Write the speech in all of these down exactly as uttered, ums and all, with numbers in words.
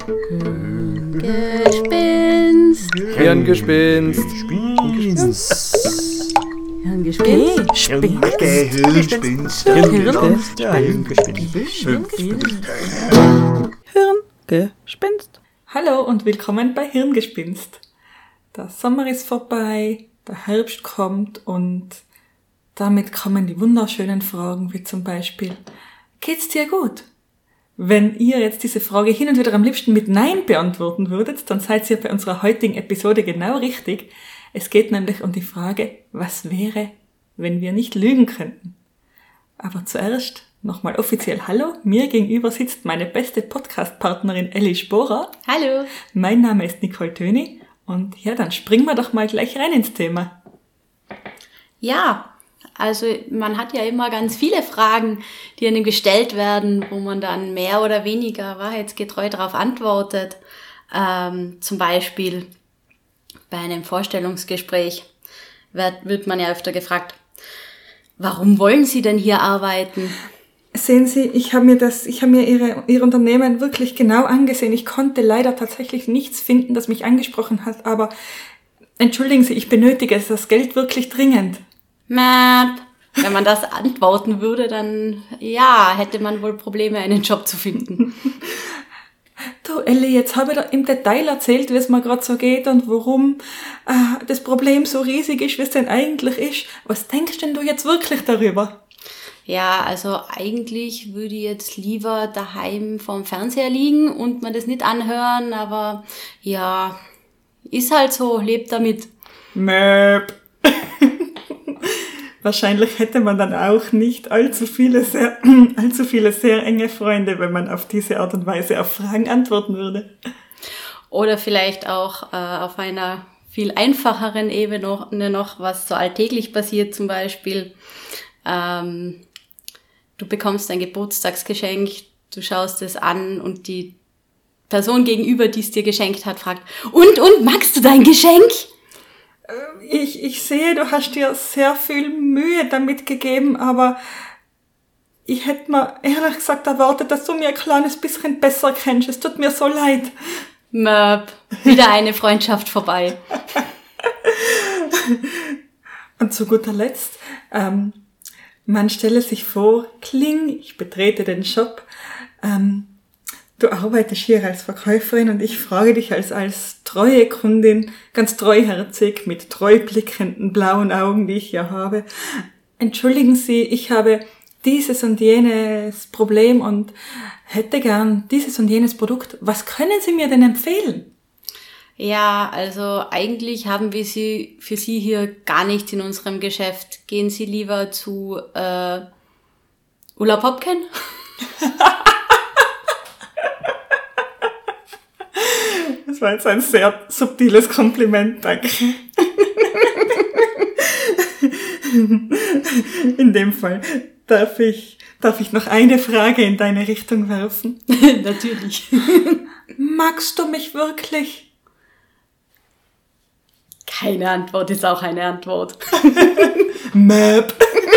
Hirngespinst. Hirngespinst. Hirngespinst. Hirngespinst. Hirngespinst. Hallo und willkommen bei Hirngespinst. Der Sommer ist vorbei, der Herbst kommt und damit kommen die wunderschönen Fragen wie zum Beispiel: Geht's dir gut? Wenn ihr jetzt diese Frage hin und wieder am liebsten mit Nein beantworten würdet, dann seid ihr bei unserer heutigen Episode genau richtig. Es geht nämlich um die Frage, was wäre, wenn wir nicht lügen könnten? Aber zuerst nochmal offiziell Hallo. Mir gegenüber sitzt meine beste Podcast-Partnerin Elli Sporer. Hallo. Mein Name ist Nicole Töni und ja, dann springen wir doch mal gleich rein ins Thema. Ja, also man hat ja immer ganz viele Fragen, die einem gestellt werden, wo man dann mehr oder weniger wahrheitsgetreu darauf antwortet. Ähm, zum Beispiel bei einem Vorstellungsgespräch wird, wird man ja öfter gefragt, warum wollen Sie denn hier arbeiten? Sehen Sie, ich habe mir das, ich habe mir Ihre, Ihr Unternehmen wirklich genau angesehen. Ich konnte leider tatsächlich nichts finden, das mich angesprochen hat, aber entschuldigen Sie, ich benötige das Geld wirklich dringend. Map. Wenn man das antworten würde, dann ja, hätte man wohl Probleme, einen Job zu finden. Du, Elli, jetzt habe ich dir im Detail erzählt, wie es mir gerade so geht und warum äh, das Problem so riesig ist, wie es denn eigentlich ist. Was denkst denn du jetzt wirklich darüber? Ja, also eigentlich würde ich jetzt lieber daheim vorm Fernseher liegen und mir das nicht anhören, aber ja, ist halt so, lebt damit. Möp. Wahrscheinlich hätte man dann auch nicht allzu viele sehr, allzu viele sehr enge Freunde, wenn man auf diese Art und Weise auf Fragen antworten würde. Oder vielleicht auch äh, auf einer viel einfacheren Ebene noch, noch, was so alltäglich passiert, zum Beispiel ähm, du bekommst ein Geburtstagsgeschenk, du schaust es an und die Person gegenüber, die es dir geschenkt hat, fragt, und, und, magst du dein Geschenk? Ich, ich sehe, du hast dir sehr viel Mühe damit gegeben, aber ich hätte mir ehrlich gesagt erwartet, dass du mir ein kleines bisschen besser kennst. Es tut mir so leid. Möp, wieder eine Freundschaft vorbei. Und zu guter Letzt, ähm, man stelle sich vor, kling, ich betrete den Shop, ähm, du arbeitest hier als Verkäuferin und ich frage dich als, als treue Kundin, ganz treuherzig, mit treu blickenden blauen Augen, die ich ja habe. Entschuldigen Sie, ich habe dieses und jenes Problem und hätte gern dieses und jenes Produkt. Was können Sie mir denn empfehlen? Ja, also eigentlich haben wir sie für Sie hier gar nichts in unserem Geschäft. Gehen Sie lieber zu äh, Ulla Popken? Das war jetzt ein sehr subtiles Kompliment, danke. In dem Fall darf ich, darf ich noch eine Frage in deine Richtung werfen? Natürlich. Magst du mich wirklich? Keine Antwort ist auch eine Antwort. Möp.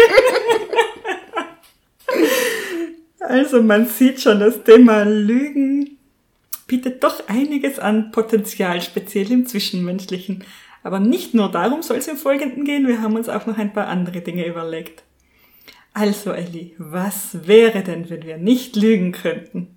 Also man sieht schon, das Thema Lügen bietet doch einiges an Potenzial, speziell im Zwischenmenschlichen. Aber nicht nur darum soll es im Folgenden gehen, wir haben uns auch noch ein paar andere Dinge überlegt. Also Elli, was wäre denn, wenn wir nicht lügen könnten?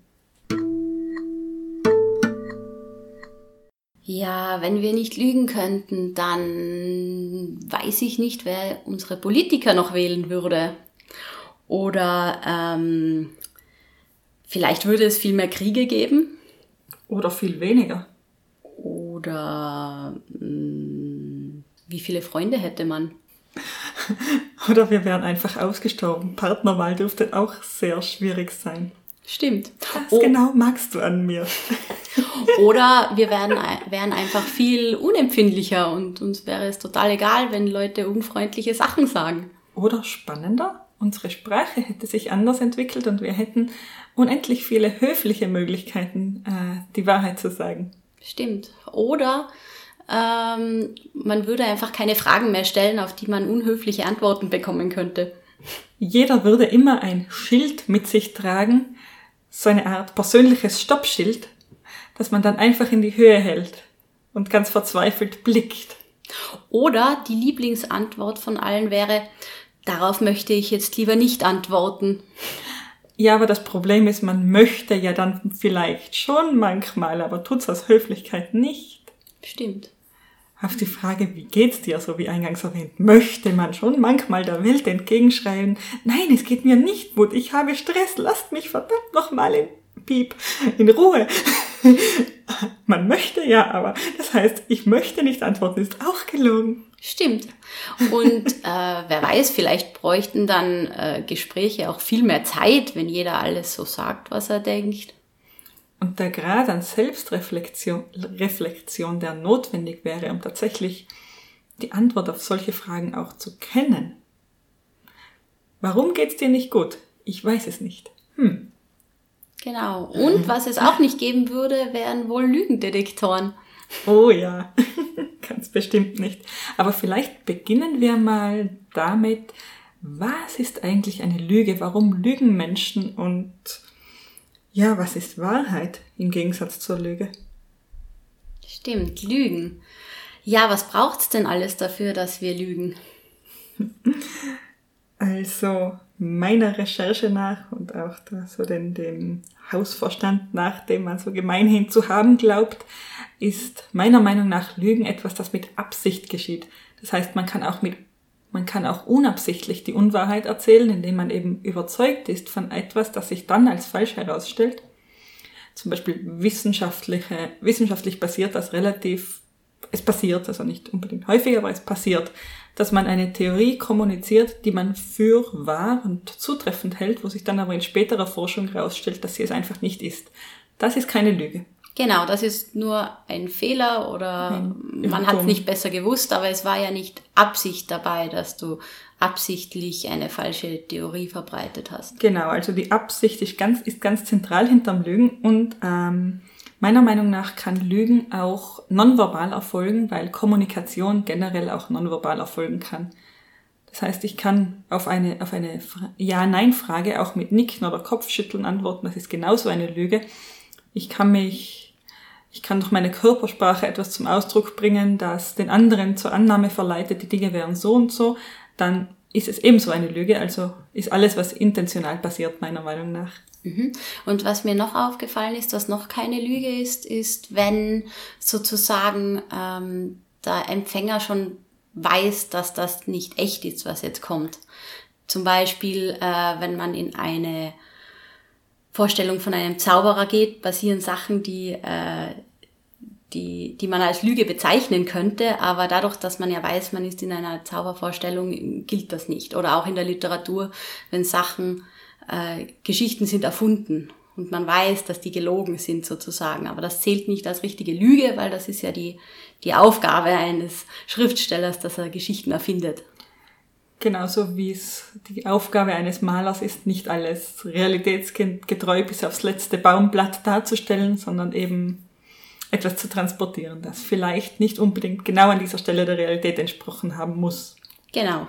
Ja, wenn wir nicht lügen könnten, dann weiß ich nicht, wer unsere Politiker noch wählen würde. Oder ähm, vielleicht würde es viel mehr Kriege geben. Oder viel weniger. Oder mh, wie viele Freunde hätte man? Oder wir wären einfach ausgestorben. Partnerwahl dürfte auch sehr schwierig sein. Stimmt. Was Oh. genau magst du an mir? Oder wir wären, wären einfach viel unempfindlicher und uns wäre es total egal, wenn Leute unfreundliche Sachen sagen. Oder spannender, unsere Sprache hätte sich anders entwickelt und wir hätten unendlich viele höfliche Möglichkeiten, äh, die Wahrheit zu sagen. Stimmt. Oder ähm, man würde einfach keine Fragen mehr stellen, auf die man unhöfliche Antworten bekommen könnte. Jeder würde immer ein Schild mit sich tragen, so eine Art persönliches Stoppschild, dass man dann einfach in die Höhe hält und ganz verzweifelt blickt. Oder die Lieblingsantwort von allen wäre, darauf möchte ich jetzt lieber nicht antworten. Ja, aber das Problem ist, man möchte ja dann vielleicht schon manchmal, aber tut's aus Höflichkeit nicht. Stimmt. Auf die Frage, wie geht's dir, so wie eingangs erwähnt, möchte man schon manchmal der Welt entgegenschreien, nein, es geht mir nicht gut, ich habe Stress, lasst mich verdammt nochmal in Piep, in Ruhe. Man möchte ja, aber das heißt, ich möchte nicht antworten, ist auch gelogen. Stimmt. Und äh, wer weiß, vielleicht bräuchten dann äh, Gespräche auch viel mehr Zeit, wenn jeder alles so sagt, was er denkt. Und der Grad an Selbstreflexion, Reflexion, der notwendig wäre, um tatsächlich die Antwort auf solche Fragen auch zu kennen. Warum geht's dir nicht gut? Ich weiß es nicht. Hm. Genau. Und was es auch nicht geben würde, wären wohl Lügendetektoren. Oh ja, ganz bestimmt nicht. Aber vielleicht beginnen wir mal damit, was ist eigentlich eine Lüge? Warum lügen Menschen? Und ja, was ist Wahrheit im Gegensatz zur Lüge? Stimmt, Lügen. Ja, was braucht's denn alles dafür, dass wir lügen? Also meiner Recherche nach und auch da so den, dem Hausverstand nach, den man so gemeinhin zu haben glaubt, ist meiner Meinung nach Lügen etwas, das mit Absicht geschieht. Das heißt, man kann auch mit, man kann auch unabsichtlich die Unwahrheit erzählen, indem man eben überzeugt ist von etwas, das sich dann als falsch herausstellt. Zum Beispiel wissenschaftliche, wissenschaftlich basiert das relativ, es passiert, also nicht unbedingt häufig, aber es passiert, dass man eine Theorie kommuniziert, die man für wahr und zutreffend hält, wo sich dann aber in späterer Forschung herausstellt, dass sie es einfach nicht ist. Das ist keine Lüge. Genau, das ist nur ein Fehler oder Ein man hat es nicht besser gewusst, aber es war ja nicht Absicht dabei, dass du absichtlich eine falsche Theorie verbreitet hast. Genau, also die Absicht ist ganz, ist ganz zentral hinterm Lügen und ähm, meiner Meinung nach kann Lügen auch nonverbal erfolgen, weil Kommunikation generell auch nonverbal erfolgen kann. Das heißt, ich kann auf eine, auf eine Ja-Nein-Frage auch mit Nicken oder Kopfschütteln antworten, das ist genauso eine Lüge. Ich kann mich, ich kann durch meine Körpersprache etwas zum Ausdruck bringen, das den anderen zur Annahme verleitet, die Dinge wären so und so, dann ist es ebenso eine Lüge, also ist alles, was intentional passiert, meiner Meinung nach. Mhm. Und was mir noch aufgefallen ist, was noch keine Lüge ist, ist, wenn sozusagen ähm, der Empfänger schon weiß, dass das nicht echt ist, was jetzt kommt. Zum Beispiel, äh, wenn man in eine Vorstellung von einem Zauberer geht, passieren Sachen, die, äh, die, die man als Lüge bezeichnen könnte, aber dadurch, dass man ja weiß, man ist in einer Zaubervorstellung, gilt das nicht. Oder auch in der Literatur, wenn Sachen, äh, Geschichten sind erfunden und man weiß, dass die gelogen sind sozusagen. Aber das zählt nicht als richtige Lüge, weil das ist ja die, die Aufgabe eines Schriftstellers, dass er Geschichten erfindet. Genauso wie es die Aufgabe eines Malers ist, nicht alles realitätsgetreu bis aufs letzte Baumblatt darzustellen, sondern eben etwas zu transportieren, das vielleicht nicht unbedingt genau an dieser Stelle der Realität entsprochen haben muss. Genau.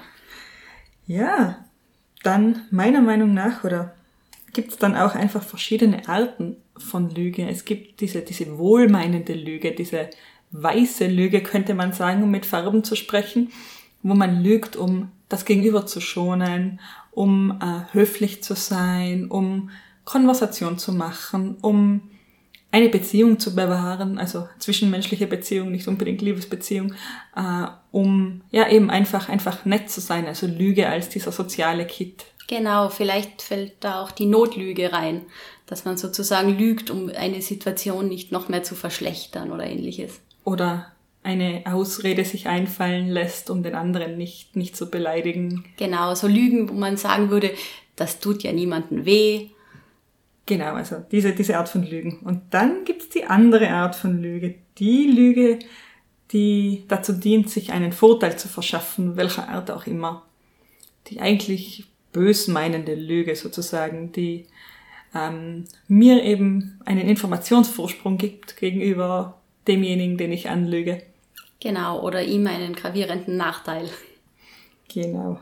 Ja, dann meiner Meinung nach, oder gibt es dann auch einfach verschiedene Arten von Lüge. Es gibt diese, diese wohlmeinende Lüge, diese weiße Lüge, könnte man sagen, um mit Farben zu sprechen, wo man lügt, um das Gegenüber zu schonen, um äh, höflich zu sein, um Konversation zu machen, um eine Beziehung zu bewahren, also zwischenmenschliche Beziehung, nicht unbedingt Liebesbeziehung, äh, um ja eben einfach einfach nett zu sein, also Lüge als dieser soziale Kit. Genau, vielleicht fällt da auch die Notlüge rein, dass man sozusagen lügt, um eine Situation nicht noch mehr zu verschlechtern oder ähnliches. Oder eine Ausrede sich einfallen lässt, um den anderen nicht, nicht zu beleidigen. Genau, so Lügen, wo man sagen würde, das tut ja niemandem weh. Genau, also diese, diese Art von Lügen. Und dann gibt's die andere Art von Lüge. Die Lüge, die dazu dient, sich einen Vorteil zu verschaffen, welcher Art auch immer. Die eigentlich bösmeinende Lüge sozusagen, die ähm, mir eben einen Informationsvorsprung gibt gegenüber demjenigen, den ich anlüge. Genau, oder ihm einen gravierenden Nachteil. Genau.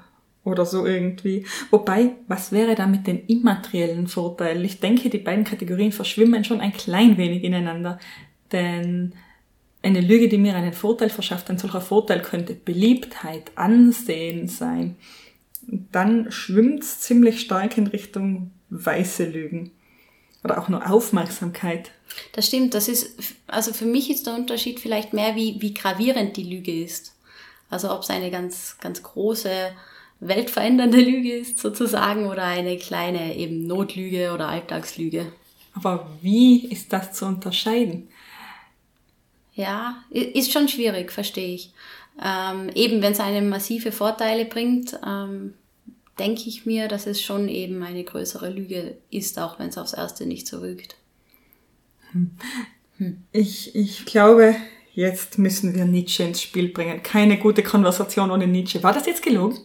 oder so irgendwie. Wobei, was wäre da mit den immateriellen Vorteilen? Ich denke, die beiden Kategorien verschwimmen schon ein klein wenig ineinander. Denn eine Lüge, die mir einen Vorteil verschafft, ein solcher Vorteil könnte Beliebtheit, Ansehen sein. Dann schwimmt's ziemlich stark in Richtung weiße Lügen. Oder auch nur Aufmerksamkeit. Das stimmt, das ist, also für mich ist der Unterschied vielleicht mehr, wie, wie gravierend die Lüge ist. Also ob es eine ganz, ganz große, weltverändernde Lüge ist sozusagen oder eine kleine eben Notlüge oder Alltagslüge. Aber wie ist das zu unterscheiden? Ja, ist schon schwierig, verstehe ich. Ähm, eben, wenn es einem massive Vorteile bringt, ähm, denke ich mir, dass es schon eben eine größere Lüge ist, auch wenn es aufs Erste nicht so wirkt. Hm. Hm. Ich, ich glaube, jetzt müssen wir Nietzsche ins Spiel bringen. Keine gute Konversation ohne Nietzsche. War das jetzt gelogen?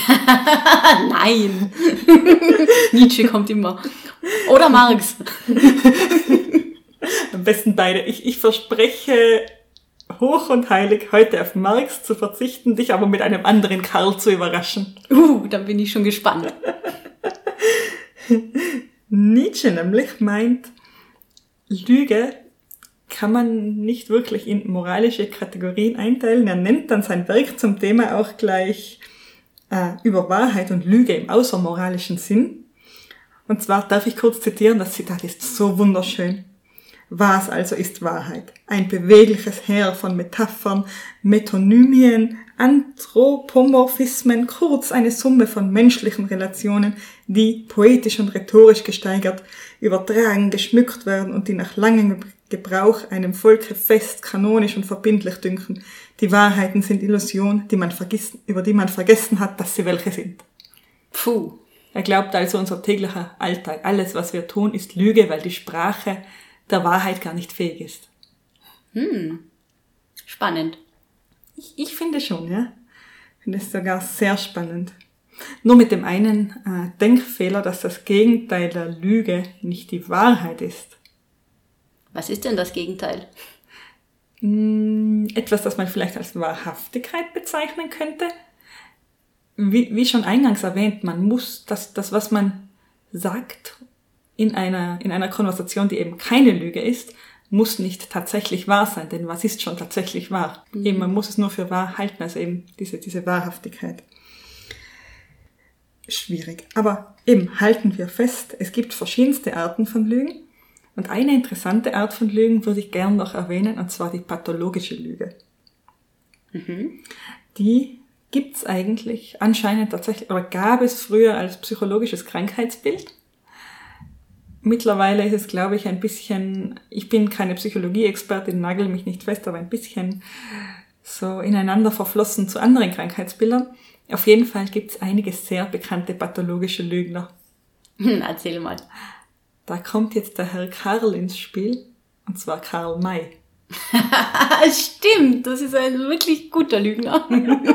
Nein. Nietzsche kommt immer. Oder Marx. Am besten beide. Ich, ich verspreche hoch und heilig, heute auf Marx zu verzichten, dich aber mit einem anderen Karl zu überraschen. Uh, dann bin ich schon gespannt. Nietzsche nämlich meint, Lüge kann man nicht wirklich in moralische Kategorien einteilen. Er nennt dann sein Werk zum Thema auch gleich äh, über Wahrheit und Lüge im außermoralischen Sinn. Und zwar darf ich kurz zitieren, das Zitat ist so wunderschön. Was also ist Wahrheit? Ein bewegliches Heer von Metaphern, Metonymien, Anthropomorphismen, kurz eine Summe von menschlichen Relationen, die poetisch und rhetorisch gesteigert, übertragen, geschmückt werden und die nach langem Gebrauch einem Volke fest, kanonisch und verbindlich dünken. Die Wahrheiten sind Illusion, die man vergessen, über die man vergessen hat, dass sie welche sind. Puh. Er glaubt also, unser täglicher Alltag, alles, was wir tun, ist Lüge, weil die Sprache der Wahrheit gar nicht fähig ist. Hm. Spannend. Ich, ich finde schon, ja. Ich finde es sogar sehr spannend. Nur mit dem einen äh, Denkfehler, dass das Gegenteil der Lüge nicht die Wahrheit ist. Was ist denn das Gegenteil? Hm, etwas, das man vielleicht als Wahrhaftigkeit bezeichnen könnte. Wie, wie schon eingangs erwähnt, man muss das, das, was man sagt, in einer, in einer Konversation, die eben keine Lüge ist, muss nicht tatsächlich wahr sein, denn was ist schon tatsächlich wahr? Mhm. Eben, man muss es nur für wahr halten, also eben diese, diese Wahrhaftigkeit. Schwierig. Aber eben, halten wir fest, es gibt verschiedenste Arten von Lügen. Und eine interessante Art von Lügen würde ich gern noch erwähnen, und zwar die pathologische Lüge. Mhm. Die gibt's eigentlich anscheinend tatsächlich, oder gab es früher als psychologisches Krankheitsbild. Mittlerweile ist es, glaube ich, ein bisschen, ich bin keine Psychologie-Expertin, nagel mich nicht fest, aber ein bisschen so ineinander verflossen zu anderen Krankheitsbildern. Auf jeden Fall gibt es einige sehr bekannte pathologische Lügner. Hm, erzähl mal. Da kommt jetzt der Herr Karl ins Spiel, und zwar Karl May. Stimmt, das ist ein wirklich guter Lügner.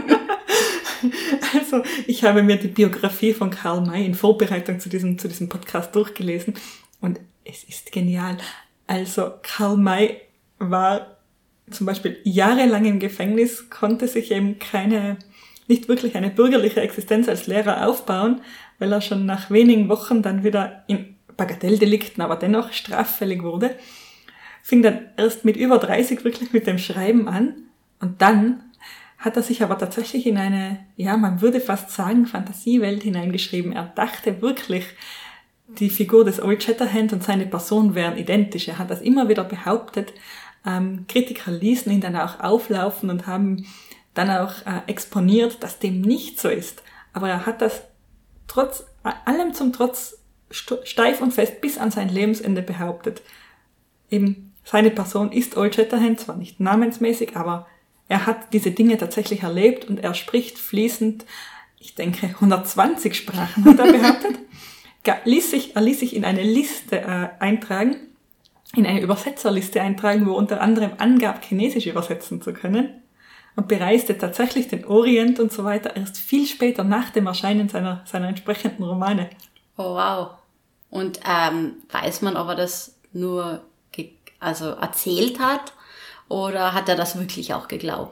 Also, ich habe mir die Biografie von Karl May in Vorbereitung zu diesem, zu diesem Podcast durchgelesen und es ist genial. Also, Karl May war zum Beispiel jahrelang im Gefängnis, konnte sich eben keine, nicht wirklich eine bürgerliche Existenz als Lehrer aufbauen, weil er schon nach wenigen Wochen dann wieder in Bagatelldelikten, aber dennoch straffällig wurde. Fing dann erst mit über dreißig wirklich mit dem Schreiben an und dann hat er sich aber tatsächlich in eine, ja, man würde fast sagen, Fantasiewelt hineingeschrieben. Er dachte wirklich, die Figur des Old Shatterhand und seine Person wären identisch. Er hat das immer wieder behauptet. Ähm, Kritiker ließen ihn dann auch auflaufen und haben dann auch äh, exponiert, dass dem nicht so ist. Aber er hat das trotz allem zum Trotz steif und fest bis an sein Lebensende behauptet. Eben, seine Person ist Old Shatterhand, zwar nicht namensmäßig, aber er hat diese Dinge tatsächlich erlebt und er spricht fließend, ich denke, hundertzwanzig Sprachen, hat er behauptet. Er ließ sich, er ließ sich in eine Liste äh, eintragen, in eine Übersetzerliste eintragen, wo unter anderem angab, Chinesisch übersetzen zu können und bereiste tatsächlich den Orient und so weiter erst viel später nach dem Erscheinen seiner, seiner entsprechenden Romane. Oh, wow. Und ähm, weiß man, ob er das nur ge- also erzählt hat? Oder hat er das wirklich auch geglaubt?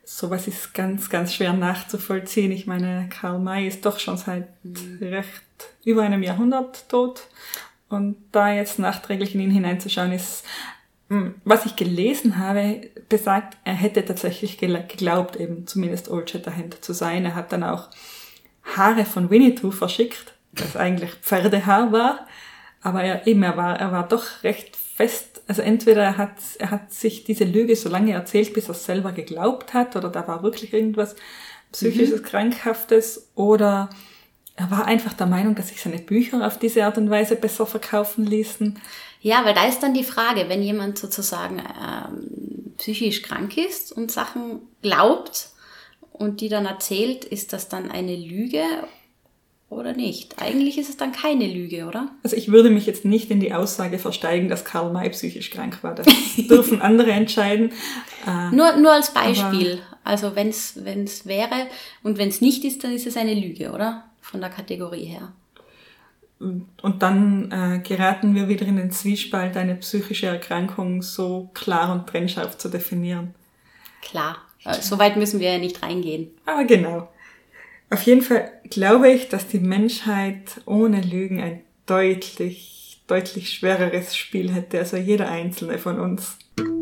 sowas ist ganz, ganz schwer nachzuvollziehen. Ich meine, Karl May ist doch schon seit mhm. recht über einem Jahrhundert tot. Und da jetzt nachträglich in ihn hineinzuschauen, ist, was ich gelesen habe, besagt, er hätte tatsächlich geglaubt, eben zumindest Old Shatterhand zu sein. Er hat dann auch Haare von Winnetou verschickt, das eigentlich Pferdehaar war. Aber er, eben, er war, er war doch recht fest, also entweder er hat, er hat sich diese Lüge so lange erzählt, bis er es selber geglaubt hat, oder da war wirklich irgendwas psychisches, mhm. Krankhaftes, oder er war einfach der Meinung, dass sich seine Bücher auf diese Art und Weise besser verkaufen ließen. Ja, weil da ist dann die Frage, wenn jemand sozusagen ähm, psychisch krank ist und Sachen glaubt und die dann erzählt, ist das dann eine Lüge oder nicht? Eigentlich ist es dann keine Lüge, oder? Also ich würde mich jetzt nicht in die Aussage versteigen, dass Karl May psychisch krank war. Das dürfen andere entscheiden. Äh, nur, nur als Beispiel. Also wenn es wenn es wäre und wenn es nicht ist, dann ist es eine Lüge, oder? Von der Kategorie her. Und dann äh, geraten wir wieder in den Zwiespalt, eine psychische Erkrankung so klar und trennscharf zu definieren. Klar, äh, so weit müssen wir ja nicht reingehen. Aber genau. Auf jeden Fall glaube ich, dass die Menschheit ohne Lügen ein deutlich, deutlich schwereres Spiel hätte, also jeder einzelne von uns.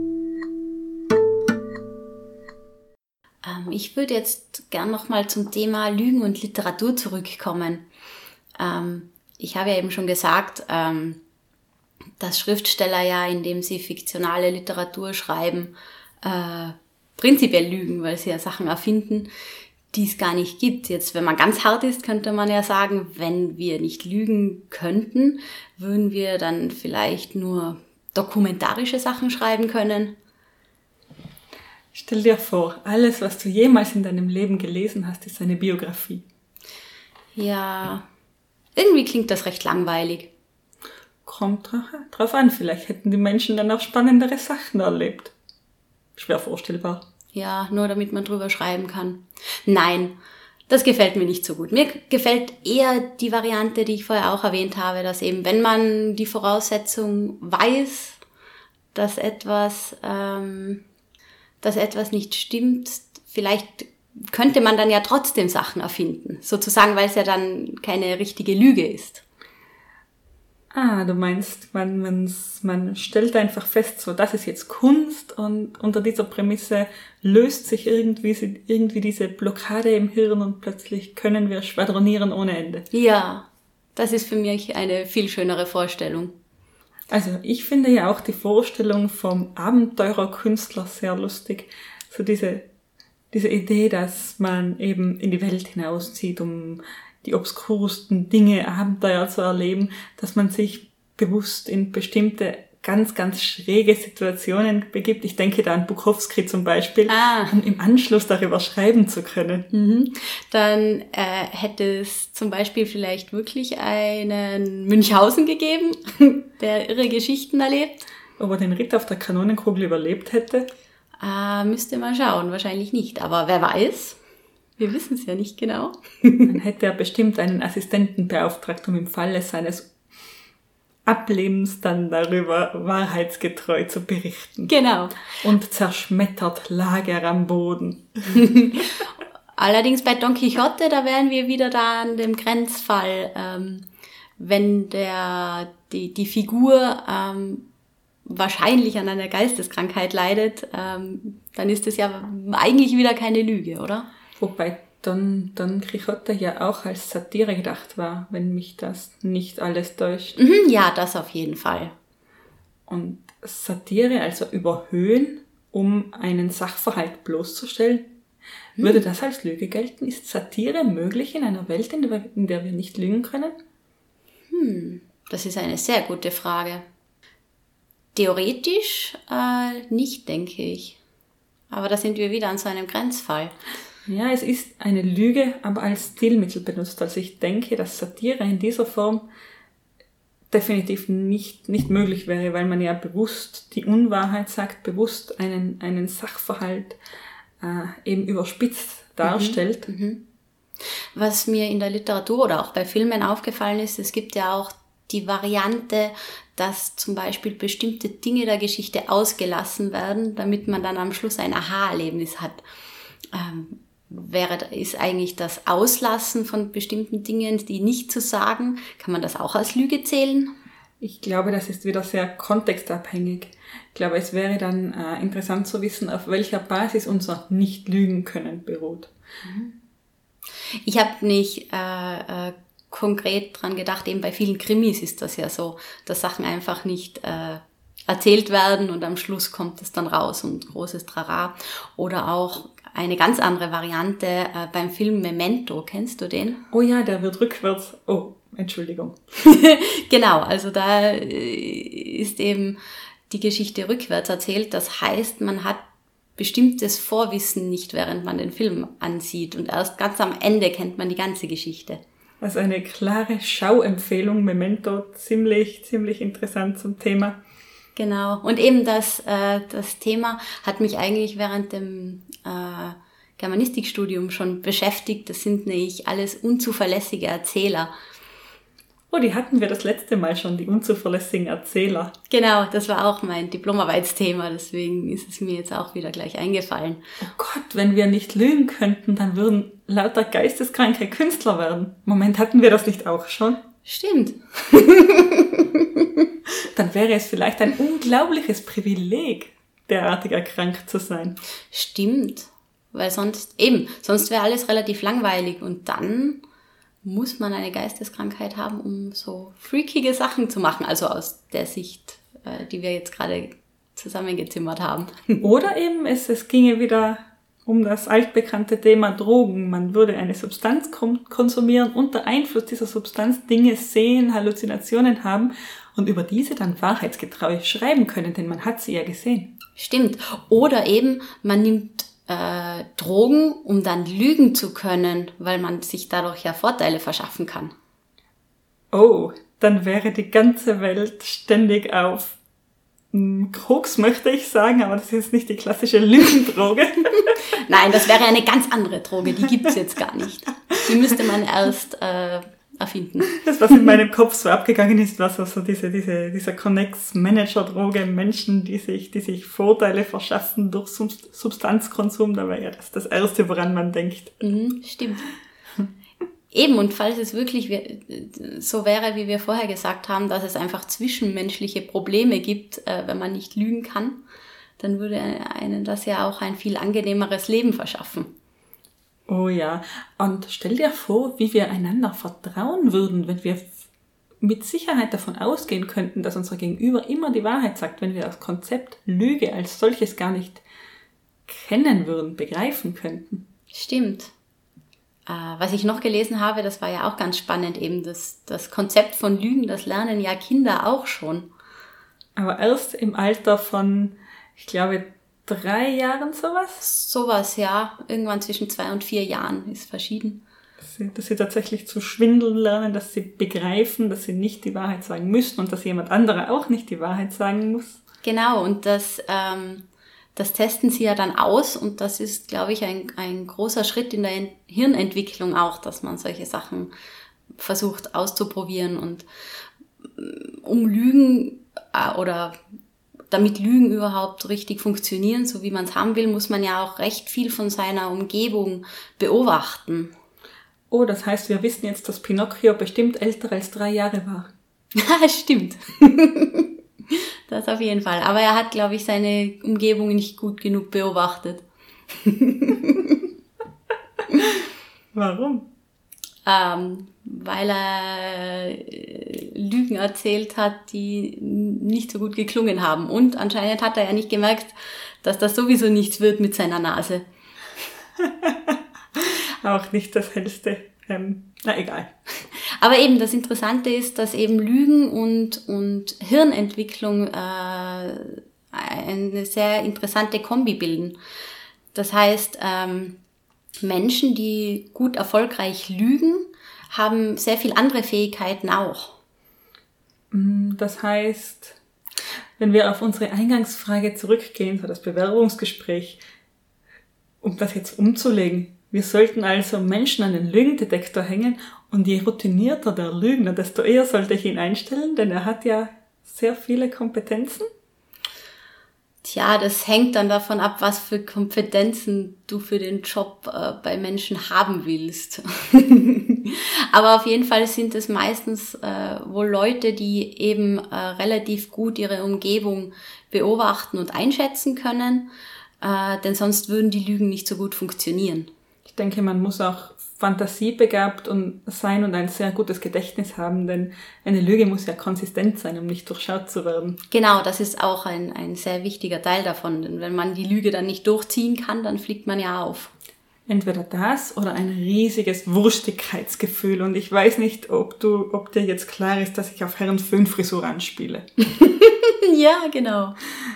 Ähm, ich würde jetzt gern nochmal zum Thema Lügen und Literatur zurückkommen. Ähm, ich habe ja eben schon gesagt, ähm, dass Schriftsteller ja, indem sie fiktionale Literatur schreiben, äh, prinzipiell lügen, weil sie ja Sachen erfinden, die es gar nicht gibt. Jetzt, wenn man ganz hart ist, könnte man ja sagen, wenn wir nicht lügen könnten, würden wir dann vielleicht nur dokumentarische Sachen schreiben können. Stell dir vor, alles, was du jemals in deinem Leben gelesen hast, ist eine Biografie. Ja, irgendwie klingt das recht langweilig. Kommt drauf an, vielleicht hätten die Menschen dann auch spannendere Sachen erlebt. Schwer vorstellbar. Ja, nur damit man drüber schreiben kann. Nein, das gefällt mir nicht so gut. Mir gefällt eher die Variante, die ich vorher auch erwähnt habe, dass eben, wenn man die Voraussetzung weiß, dass etwas, ähm, dass etwas nicht stimmt, vielleicht könnte man dann ja trotzdem Sachen erfinden. Sozusagen, weil es ja dann keine richtige Lüge ist. Ah, du meinst, man, man, man stellt einfach fest, so, das ist jetzt Kunst und unter dieser Prämisse löst sich irgendwie, irgendwie diese Blockade im Hirn und plötzlich können wir schwadronieren ohne Ende. Ja, das ist für mich eine viel schönere Vorstellung. Also ich finde ja auch die Vorstellung vom Abenteurerkünstler sehr lustig. So diese, diese Idee, dass man eben in die Welt hinauszieht, um die obskursten Dinge, Abenteuer zu erleben, dass man sich bewusst in bestimmte ganz, ganz schräge Situationen begibt. Ich denke da an Bukowski zum Beispiel, ah. um im Anschluss darüber schreiben zu können. Mhm. Dann äh, hätte es zum Beispiel vielleicht wirklich einen Münchhausen gegeben, der irre Geschichten erlebt. Ob er den Ritt auf der Kanonenkugel überlebt hätte? Ah, müsste man schauen, wahrscheinlich nicht. Aber wer weiß? Wir wissen es ja nicht genau. Dann hätte er bestimmt einen Assistenten beauftragt, um im Falle seines Ablebens dann darüber wahrheitsgetreu zu berichten. Genau. Und zerschmettert lag er am Boden. Allerdings bei Don Quixote, da wären wir wieder da an dem Grenzfall. Ähm, wenn der die, die Figur ähm, wahrscheinlich an einer Geisteskrankheit leidet, ähm, dann ist das ja eigentlich wieder keine Lüge, oder? Wobei Don, Don Quixote ja auch als Satire gedacht war, wenn mich das nicht alles täuscht. Mhm, ja, das auf jeden Fall. Und Satire, also überhöhen, um einen Sachverhalt bloßzustellen, hm. würde das als Lüge gelten? Ist Satire möglich in einer Welt, in der, in der wir nicht lügen können? Hm, das ist eine sehr gute Frage. Theoretisch äh, nicht, denke ich. Aber da sind wir wieder an so einem Grenzfall. Ja, es ist eine Lüge, aber als Stilmittel benutzt. Also ich denke, dass Satire in dieser Form definitiv nicht, nicht möglich wäre, weil man ja bewusst die Unwahrheit sagt, bewusst einen, einen Sachverhalt äh, eben überspitzt darstellt. Mhm, mhm. Was mir in der Literatur oder auch bei Filmen aufgefallen ist, es gibt ja auch die Variante, dass zum Beispiel bestimmte Dinge der Geschichte ausgelassen werden, damit man dann am Schluss ein Aha-Erlebnis hat. ähm, wäre, ist eigentlich das Auslassen von bestimmten Dingen, die nicht zu sagen, kann man das auch als Lüge zählen? Ich glaube, das ist wieder sehr kontextabhängig. Ich glaube, es wäre dann äh, interessant zu wissen, auf welcher Basis unser Nicht-Lügen-Können beruht. Ich habe nicht äh, äh, konkret dran gedacht, eben bei vielen Krimis ist das ja so, dass Sachen einfach nicht äh, erzählt werden und am Schluss kommt es dann raus und großes Trara. Oder auch eine ganz andere Variante äh, beim Film Memento. Kennst du den? Oh ja, der wird rückwärts... Oh, Entschuldigung. Genau, also da ist eben die Geschichte rückwärts erzählt. Das heißt, man hat bestimmtes Vorwissen nicht, während man den Film ansieht. Und erst ganz am Ende kennt man die ganze Geschichte. Also eine klare Schauempfehlung, Memento, ziemlich, ziemlich interessant zum Thema. Genau, und eben das, äh, das Thema hat mich eigentlich während dem äh, Germanistikstudium schon beschäftigt. Das sind nämlich alles unzuverlässige Erzähler. Oh, die hatten wir das letzte Mal schon, die unzuverlässigen Erzähler. Genau, das war auch mein Diplomarbeitsthema, deswegen ist es mir jetzt auch wieder gleich eingefallen. Oh Gott, wenn wir nicht lügen könnten, dann würden lauter geisteskranke Künstler werden. Moment, hatten wir das nicht auch schon? Stimmt. Dann wäre es vielleicht ein unglaubliches Privileg, derartig erkrankt zu sein. Stimmt, weil sonst, eben, sonst wäre alles relativ langweilig und dann muss man eine Geisteskrankheit haben, um so freakige Sachen zu machen, also aus der Sicht, äh, die wir jetzt gerade zusammengezimmert haben. Oder eben es, es ginge wieder um das altbekannte Thema Drogen. Man würde eine Substanz konsumieren, unter Einfluss dieser Substanz Dinge sehen, Halluzinationen haben und über diese dann wahrheitsgetreu schreiben können, denn man hat sie ja gesehen. Stimmt. Oder eben, man nimmt äh, Drogen, um dann lügen zu können, weil man sich dadurch ja Vorteile verschaffen kann. Oh, dann wäre die ganze Welt ständig auf mh, Koks, möchte ich sagen, aber das ist jetzt nicht die klassische Lügendroge. Nein, das wäre eine ganz andere Droge, die gibt's jetzt gar nicht. Die müsste man erst äh, erfinden. Das, was in meinem Kopf so abgegangen ist, war so, so diese, diese, dieser Connex-Manager-Droge, Menschen, die sich, die sich Vorteile verschaffen durch Substanzkonsum, da wäre ja das das Erste, woran man denkt. Mhm, stimmt. Eben, und falls es wirklich so wäre, wie wir vorher gesagt haben, dass es einfach zwischenmenschliche Probleme gibt, wenn man nicht lügen kann, dann würde einen das ja auch ein viel angenehmeres Leben verschaffen. Oh ja, und stell dir vor, wie wir einander vertrauen würden, wenn wir mit Sicherheit davon ausgehen könnten, dass unser Gegenüber immer die Wahrheit sagt, wenn wir das Konzept Lüge als solches gar nicht kennen würden, begreifen könnten. Stimmt. Was ich noch gelesen habe, das war ja auch ganz spannend, eben das, das Konzept von Lügen, das lernen ja Kinder auch schon. Aber erst im Alter von, ich glaube, drei Jahren sowas? Sowas, ja. Irgendwann zwischen zwei und vier Jahren ist verschieden. Dass sie, dass sie tatsächlich zu schwindeln lernen, dass sie begreifen, dass sie nicht die Wahrheit sagen müssen und dass jemand anderer auch nicht die Wahrheit sagen muss. Genau, und das, ähm, das testen sie ja dann aus und das ist, glaube ich, ein, ein großer Schritt in der Hirnentwicklung auch, dass man solche Sachen versucht auszuprobieren und um Lügen äh, oder damit Lügen überhaupt richtig funktionieren, so wie man es haben will, muss man ja auch recht viel von seiner Umgebung beobachten. Oh, das heißt, wir wissen jetzt, dass Pinocchio bestimmt älter als drei Jahre war. Ja, stimmt. Das auf jeden Fall. Aber er hat, glaube ich, seine Umgebung nicht gut genug beobachtet. Warum? Ähm, weil er Lügen erzählt hat, die nicht so gut geklungen haben. Und anscheinend hat er ja nicht gemerkt, dass das sowieso nichts wird mit seiner Nase. Auch nicht das hellste. Ähm, na, egal. Aber eben das Interessante ist, dass eben Lügen und, und Hirnentwicklung äh, eine sehr interessante Kombi bilden. Das heißt, ähm, Menschen, die gut erfolgreich lügen, haben sehr viel andere Fähigkeiten auch. Das heißt, wenn wir auf unsere Eingangsfrage zurückgehen, so das Bewerbungsgespräch, um das jetzt umzulegen, wir sollten also Menschen an den Lügendetektor hängen und je routinierter der Lügner, desto eher sollte ich ihn einstellen, denn er hat ja sehr viele Kompetenzen. Tja, das hängt dann davon ab, was für Kompetenzen du für den Job äh, bei Menschen haben willst. Aber auf jeden Fall sind es meistens äh, wohl Leute, die eben äh, relativ gut ihre Umgebung beobachten und einschätzen können, äh, denn sonst würden die Lügen nicht so gut funktionieren. Ich denke, man muss auch fantasiebegabt und sein und ein sehr gutes Gedächtnis haben, denn eine Lüge muss ja konsistent sein, um nicht durchschaut zu werden. Genau, das ist auch ein, ein sehr wichtiger Teil davon, denn wenn man die Lüge dann nicht durchziehen kann, dann fliegt man ja auf. Entweder das oder ein riesiges Wurstigkeitsgefühl und ich weiß nicht, ob du, ob dir jetzt klar ist, dass ich auf Herren Föhnfrisur anspiele. Ja, genau.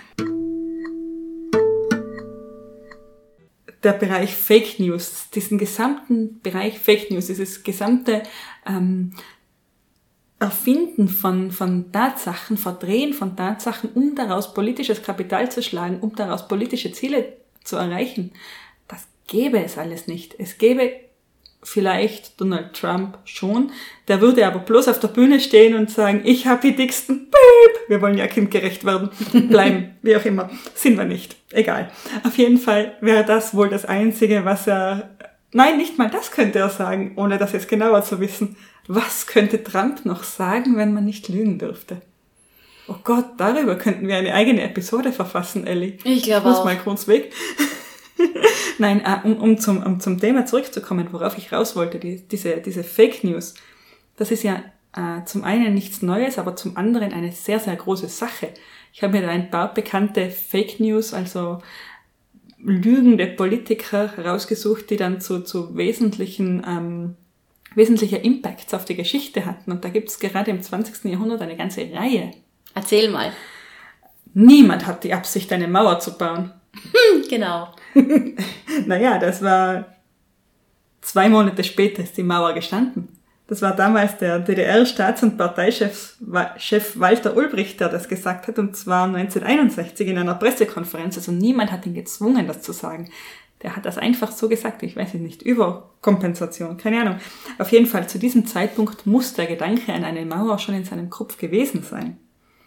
Der Bereich Fake News, diesen gesamten Bereich Fake News, dieses gesamte ähm, Erfinden von, von Tatsachen, Verdrehen von Tatsachen, um daraus politisches Kapital zu schlagen, um daraus politische Ziele zu erreichen, das gäbe es alles nicht. Es gäbe vielleicht Donald Trump schon, der würde aber bloß auf der Bühne stehen und sagen, ich habe die dicksten, Piep, wir wollen ja kindgerecht werden, bleiben, wie auch immer, sind wir nicht, egal. Auf jeden Fall wäre das wohl das Einzige, was er, nein, nicht mal das könnte er sagen, ohne das jetzt genauer zu wissen. Was könnte Trump noch sagen, wenn man nicht lügen dürfte? Oh Gott, darüber könnten wir eine eigene Episode verfassen, Elli. Ich glaube auch. Ich muss auch. mal kurz weg. Nein, um, um, zum, um zum Thema zurückzukommen, worauf ich raus wollte, die, diese, diese Fake News, das ist ja äh, zum einen nichts Neues, aber zum anderen eine sehr, sehr große Sache. Ich habe mir da ein paar bekannte Fake News, also lügende Politiker rausgesucht, die dann zu, zu wesentlichen, ähm, wesentlicher Impacts auf die Geschichte hatten. Und da gibt es gerade im zwanzigsten Jahrhundert eine ganze Reihe. Erzähl mal. Niemand hat die Absicht, eine Mauer zu bauen. Hm, genau. Naja, das war zwei Monate später ist die Mauer gestanden. Das war damals der D D R-Staats- und Parteichef Chef Walter Ulbricht, der das gesagt hat, und zwar neunzehnhunderteinundsechzig in einer Pressekonferenz. Also niemand hat ihn gezwungen, das zu sagen. Der hat das einfach so gesagt, ich weiß nicht, Überkompensation, keine Ahnung. Auf jeden Fall, zu diesem Zeitpunkt muss der Gedanke an eine Mauer schon in seinem Kopf gewesen sein.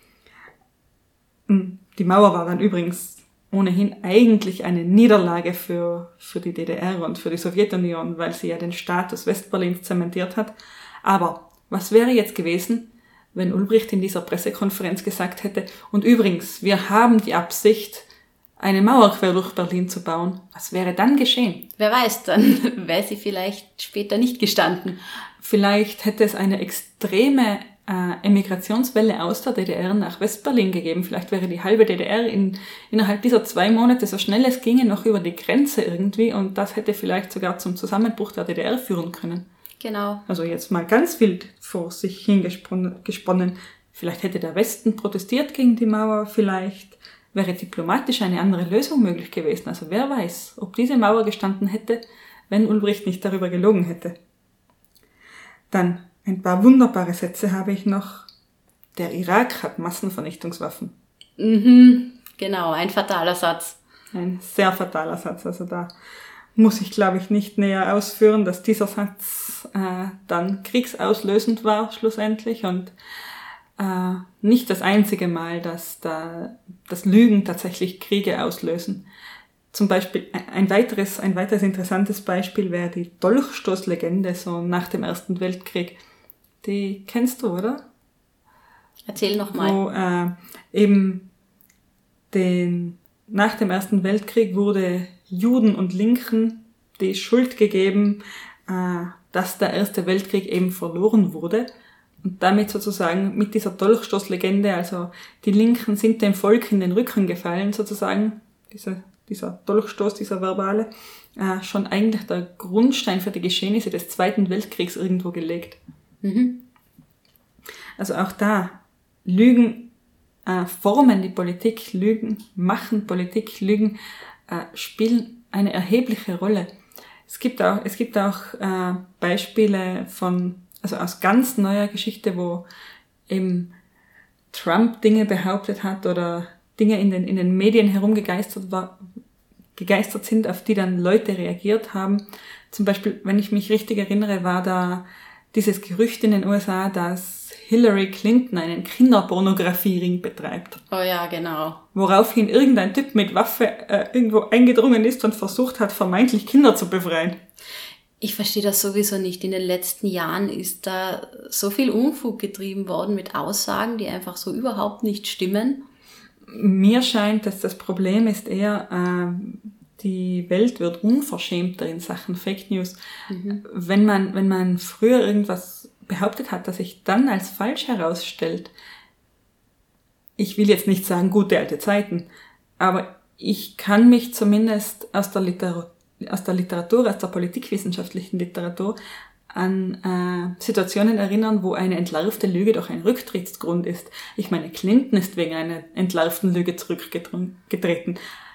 Die Mauer war dann übrigens ohnehin eigentlich eine Niederlage für, für die D D R und für die Sowjetunion, weil sie ja den Status Westberlins zementiert hat. Aber was wäre jetzt gewesen, wenn Ulbricht in dieser Pressekonferenz gesagt hätte, und übrigens, wir haben die Absicht, eine Mauer quer durch Berlin zu bauen? Was wäre dann geschehen? Wer weiß, dann wäre sie vielleicht später nicht gestanden. Vielleicht hätte es eine extreme äh, Emigrationswelle aus der D D R nach Westberlin gegeben. Vielleicht wäre die halbe D D R in, innerhalb dieser zwei Monate, so schnell es ginge, noch über die Grenze irgendwie, und das hätte vielleicht sogar zum Zusammenbruch der D D R führen können. Genau. Also jetzt mal ganz wild vor sich hingesponnen. Vielleicht hätte der Westen protestiert gegen die Mauer, vielleicht wäre diplomatisch eine andere Lösung möglich gewesen. Also wer weiß, ob diese Mauer gestanden hätte, wenn Ulbricht nicht darüber gelogen hätte. Dann ein paar wunderbare Sätze habe ich noch. Der Irak hat Massenvernichtungswaffen. Mhm, genau, ein fataler Satz. Ein sehr fataler Satz. Also da muss ich, glaube ich, nicht näher ausführen, dass dieser Satz äh, dann kriegsauslösend war schlussendlich und äh, nicht das einzige Mal, dass da das Lügen tatsächlich Kriege auslösen. Zum Beispiel ein weiteres, ein weiteres interessantes Beispiel wäre die Dolchstoßlegende so nach dem Ersten Weltkrieg. Die kennst du, oder? Erzähl nochmal. Wo äh, eben den, nach dem Ersten Weltkrieg wurde Juden und Linken die Schuld gegeben, äh, dass der Erste Weltkrieg eben verloren wurde. Und damit sozusagen mit dieser Dolchstoßlegende, also die Linken sind dem Volk in den Rücken gefallen sozusagen, diese, dieser Dolchstoß, dieser verbale, äh, schon eigentlich der Grundstein für die Geschehnisse des Zweiten Weltkriegs irgendwo gelegt. Mhm. Also auch da, Lügen äh, formen die Politik, Lügen machen Politik, Lügen äh, spielen eine erhebliche Rolle. Es gibt auch, es gibt auch äh, Beispiele von, also aus ganz neuer Geschichte, wo eben Trump Dinge behauptet hat oder Dinge in den, in den Medien herumgegeistert war, gegeistert sind, auf die dann Leute reagiert haben. Zum Beispiel, wenn ich mich richtig erinnere, war da dieses Gerücht in den U S A, dass Hillary Clinton einen Kinderpornografiering betreibt. Oh ja, genau. Woraufhin irgendein Typ mit Waffe äh, irgendwo eingedrungen ist und versucht hat, vermeintlich Kinder zu befreien. Ich verstehe das sowieso nicht. In den letzten Jahren ist da so viel Unfug getrieben worden mit Aussagen, die einfach so überhaupt nicht stimmen. Mir scheint, dass das Problem ist eher, äh, die Welt wird unverschämter in Sachen Fake News. Mhm. Wenn man, wenn man früher irgendwas behauptet hat, das sich dann als falsch herausstellt, ich will jetzt nicht sagen gute alte Zeiten, aber ich kann mich zumindest aus der Literatur aus der Literatur, aus der politikwissenschaftlichen Literatur an äh, Situationen erinnern, wo eine entlarvte Lüge doch ein Rücktrittsgrund ist. Ich meine, Clinton ist wegen einer entlarvten Lüge zurückgetreten.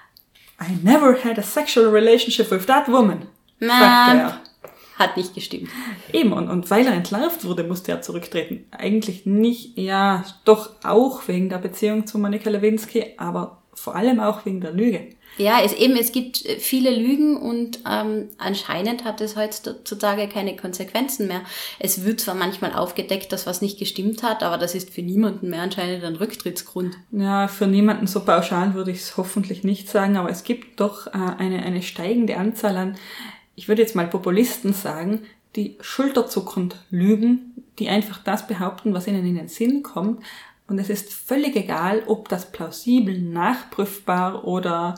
I never had a sexual relationship with that woman, sagte er. Hat nicht gestimmt. Eben, und, und weil er entlarvt wurde, musste er zurücktreten. Eigentlich nicht, ja, doch auch wegen der Beziehung zu Monica Lewinsky, aber vor allem auch wegen der Lüge. Ja, es eben, es gibt viele Lügen und ähm, anscheinend hat es heutzutage keine Konsequenzen mehr. Es wird zwar manchmal aufgedeckt, dass was nicht gestimmt hat, aber das ist für niemanden mehr anscheinend ein Rücktrittsgrund. Ja, für niemanden so pauschal würde ich es hoffentlich nicht sagen, aber es gibt doch äh, eine, eine steigende Anzahl an, ich würde jetzt mal Populisten sagen, die schulterzuckend lügen, die einfach das behaupten, was ihnen in den Sinn kommt. Und es ist völlig egal, ob das plausibel, nachprüfbar oder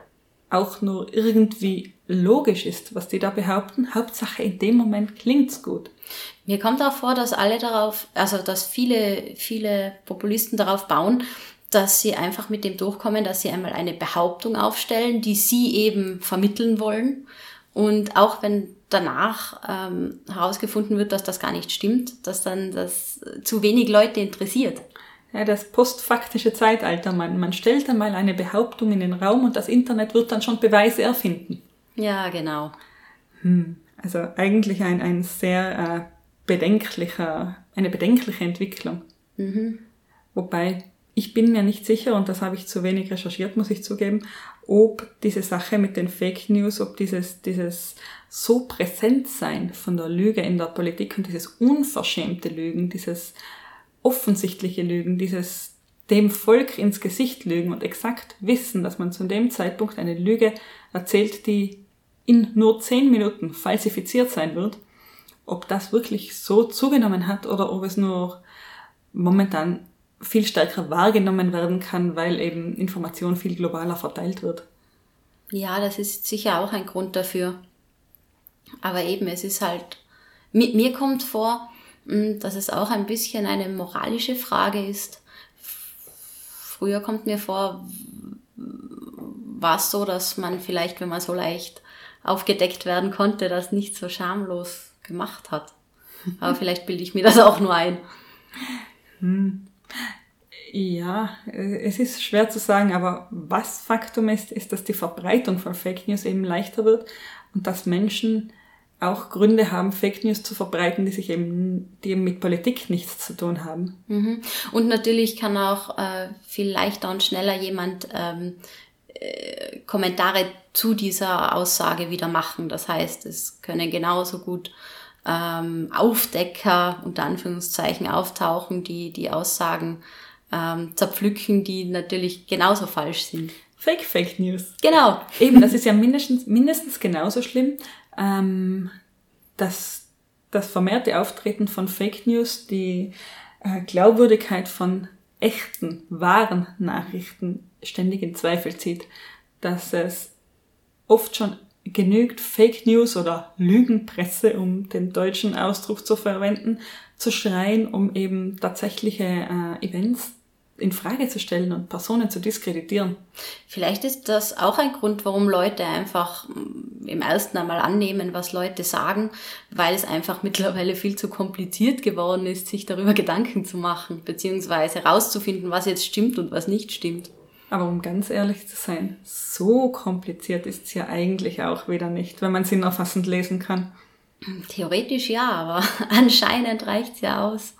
auch nur irgendwie logisch ist, was die da behaupten. Hauptsache in dem Moment klingt's gut. Mir kommt auch vor, dass alle darauf, also dass viele, viele Populisten darauf bauen, dass sie einfach mit dem durchkommen, dass sie einmal eine Behauptung aufstellen, die sie eben vermitteln wollen. Und auch wenn danach ähm, herausgefunden wird, dass das gar nicht stimmt, dass dann das zu wenig Leute interessiert. Ja, das postfaktische Zeitalter. Man, man stellt einmal eine Behauptung in den Raum und das Internet wird dann schon Beweise erfinden. Ja, genau. Hm, also eigentlich ein, ein sehr äh, bedenklicher, eine bedenkliche Entwicklung. Mhm. Wobei, ich bin mir nicht sicher, und das habe ich zu wenig recherchiert, muss ich zugeben, ob diese Sache mit den Fake News, ob dieses, dieses so Präsentsein von der Lüge in der Politik und dieses unverschämte Lügen, dieses offensichtliche Lügen, dieses dem Volk ins Gesicht lügen und exakt wissen, dass man zu dem Zeitpunkt eine Lüge erzählt, die in nur zehn Minuten falsifiziert sein wird, ob das wirklich so zugenommen hat oder ob es nur momentan viel stärker wahrgenommen werden kann, weil eben Information viel globaler verteilt wird. Ja, das ist sicher auch ein Grund dafür. Aber eben, es ist halt, mir, mir kommt vor, dass es auch ein bisschen eine moralische Frage ist. Früher kommt mir vor, war es so, dass man vielleicht, wenn man so leicht aufgedeckt werden konnte, das nicht so schamlos gemacht hat. Aber vielleicht bilde ich mir das auch nur ein. Hm. Ja, es ist schwer zu sagen, aber was Faktum ist, ist, dass die Verbreitung von Fake News eben leichter wird und dass Menschen auch Gründe haben, Fake News zu verbreiten, die sich eben, die eben mit Politik nichts zu tun haben. Mhm. Und natürlich kann auch äh, viel leichter und schneller jemand ähm, äh, Kommentare zu dieser Aussage wieder machen. Das heißt, es können genauso gut ähm, Aufdecker, unter Anführungszeichen, auftauchen, die die Aussagen ähm, zerpflücken, die natürlich genauso falsch sind. Fake Fake News. Genau. Eben, das ist ja mindestens, mindestens genauso schlimm. Ähm, dass das vermehrte Auftreten von Fake News die äh, Glaubwürdigkeit von echten, wahren Nachrichten ständig in Zweifel zieht. Dass es oft schon genügt, Fake News oder Lügenpresse, um den deutschen Ausdruck zu verwenden, zu schreien, um eben tatsächliche äh, Events in Frage zu stellen und Personen zu diskreditieren. Vielleicht ist das auch ein Grund, warum Leute einfach im ersten einmal annehmen, was Leute sagen, weil es einfach mittlerweile viel zu kompliziert geworden ist, sich darüber Gedanken zu machen, beziehungsweise herauszufinden, was jetzt stimmt und was nicht stimmt. Aber um ganz ehrlich zu sein, so kompliziert ist es ja eigentlich auch wieder nicht, wenn man es sinnerfassend lesen kann. Theoretisch ja, aber anscheinend reicht's ja aus.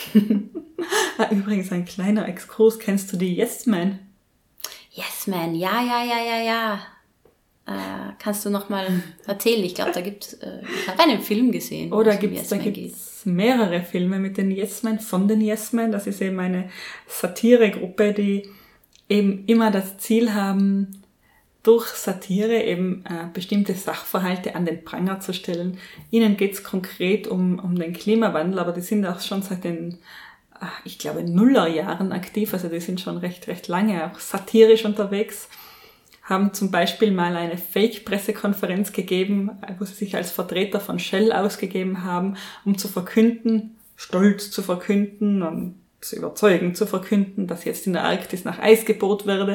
Übrigens ein kleiner Exkurs, kennst du die Yes Man? Yes Man, ja, ja, ja, ja, ja. Äh, kannst du noch mal erzählen? Ich glaube, da gibt's, äh, ich habe einen Film gesehen. Oder wo es um gibt's, da Yes Men gibt's mehrere Filme mit den Yes Men, von den Yes Men. Das ist eben eine Satiregruppe, die eben immer das Ziel haben, durch Satire eben äh, bestimmte Sachverhalte an den Pranger zu stellen. Ihnen geht's konkret um, um den Klimawandel, aber die sind auch schon seit den, äh, ich glaube, Nullerjahren aktiv, also die sind schon recht, recht lange auch satirisch unterwegs, haben zum Beispiel mal eine Fake-Pressekonferenz gegeben, wo sie sich als Vertreter von Shell ausgegeben haben, um zu verkünden, stolz zu verkünden und zu überzeugen, zu verkünden, dass jetzt in der Arktis nach Eis gebohrt werde.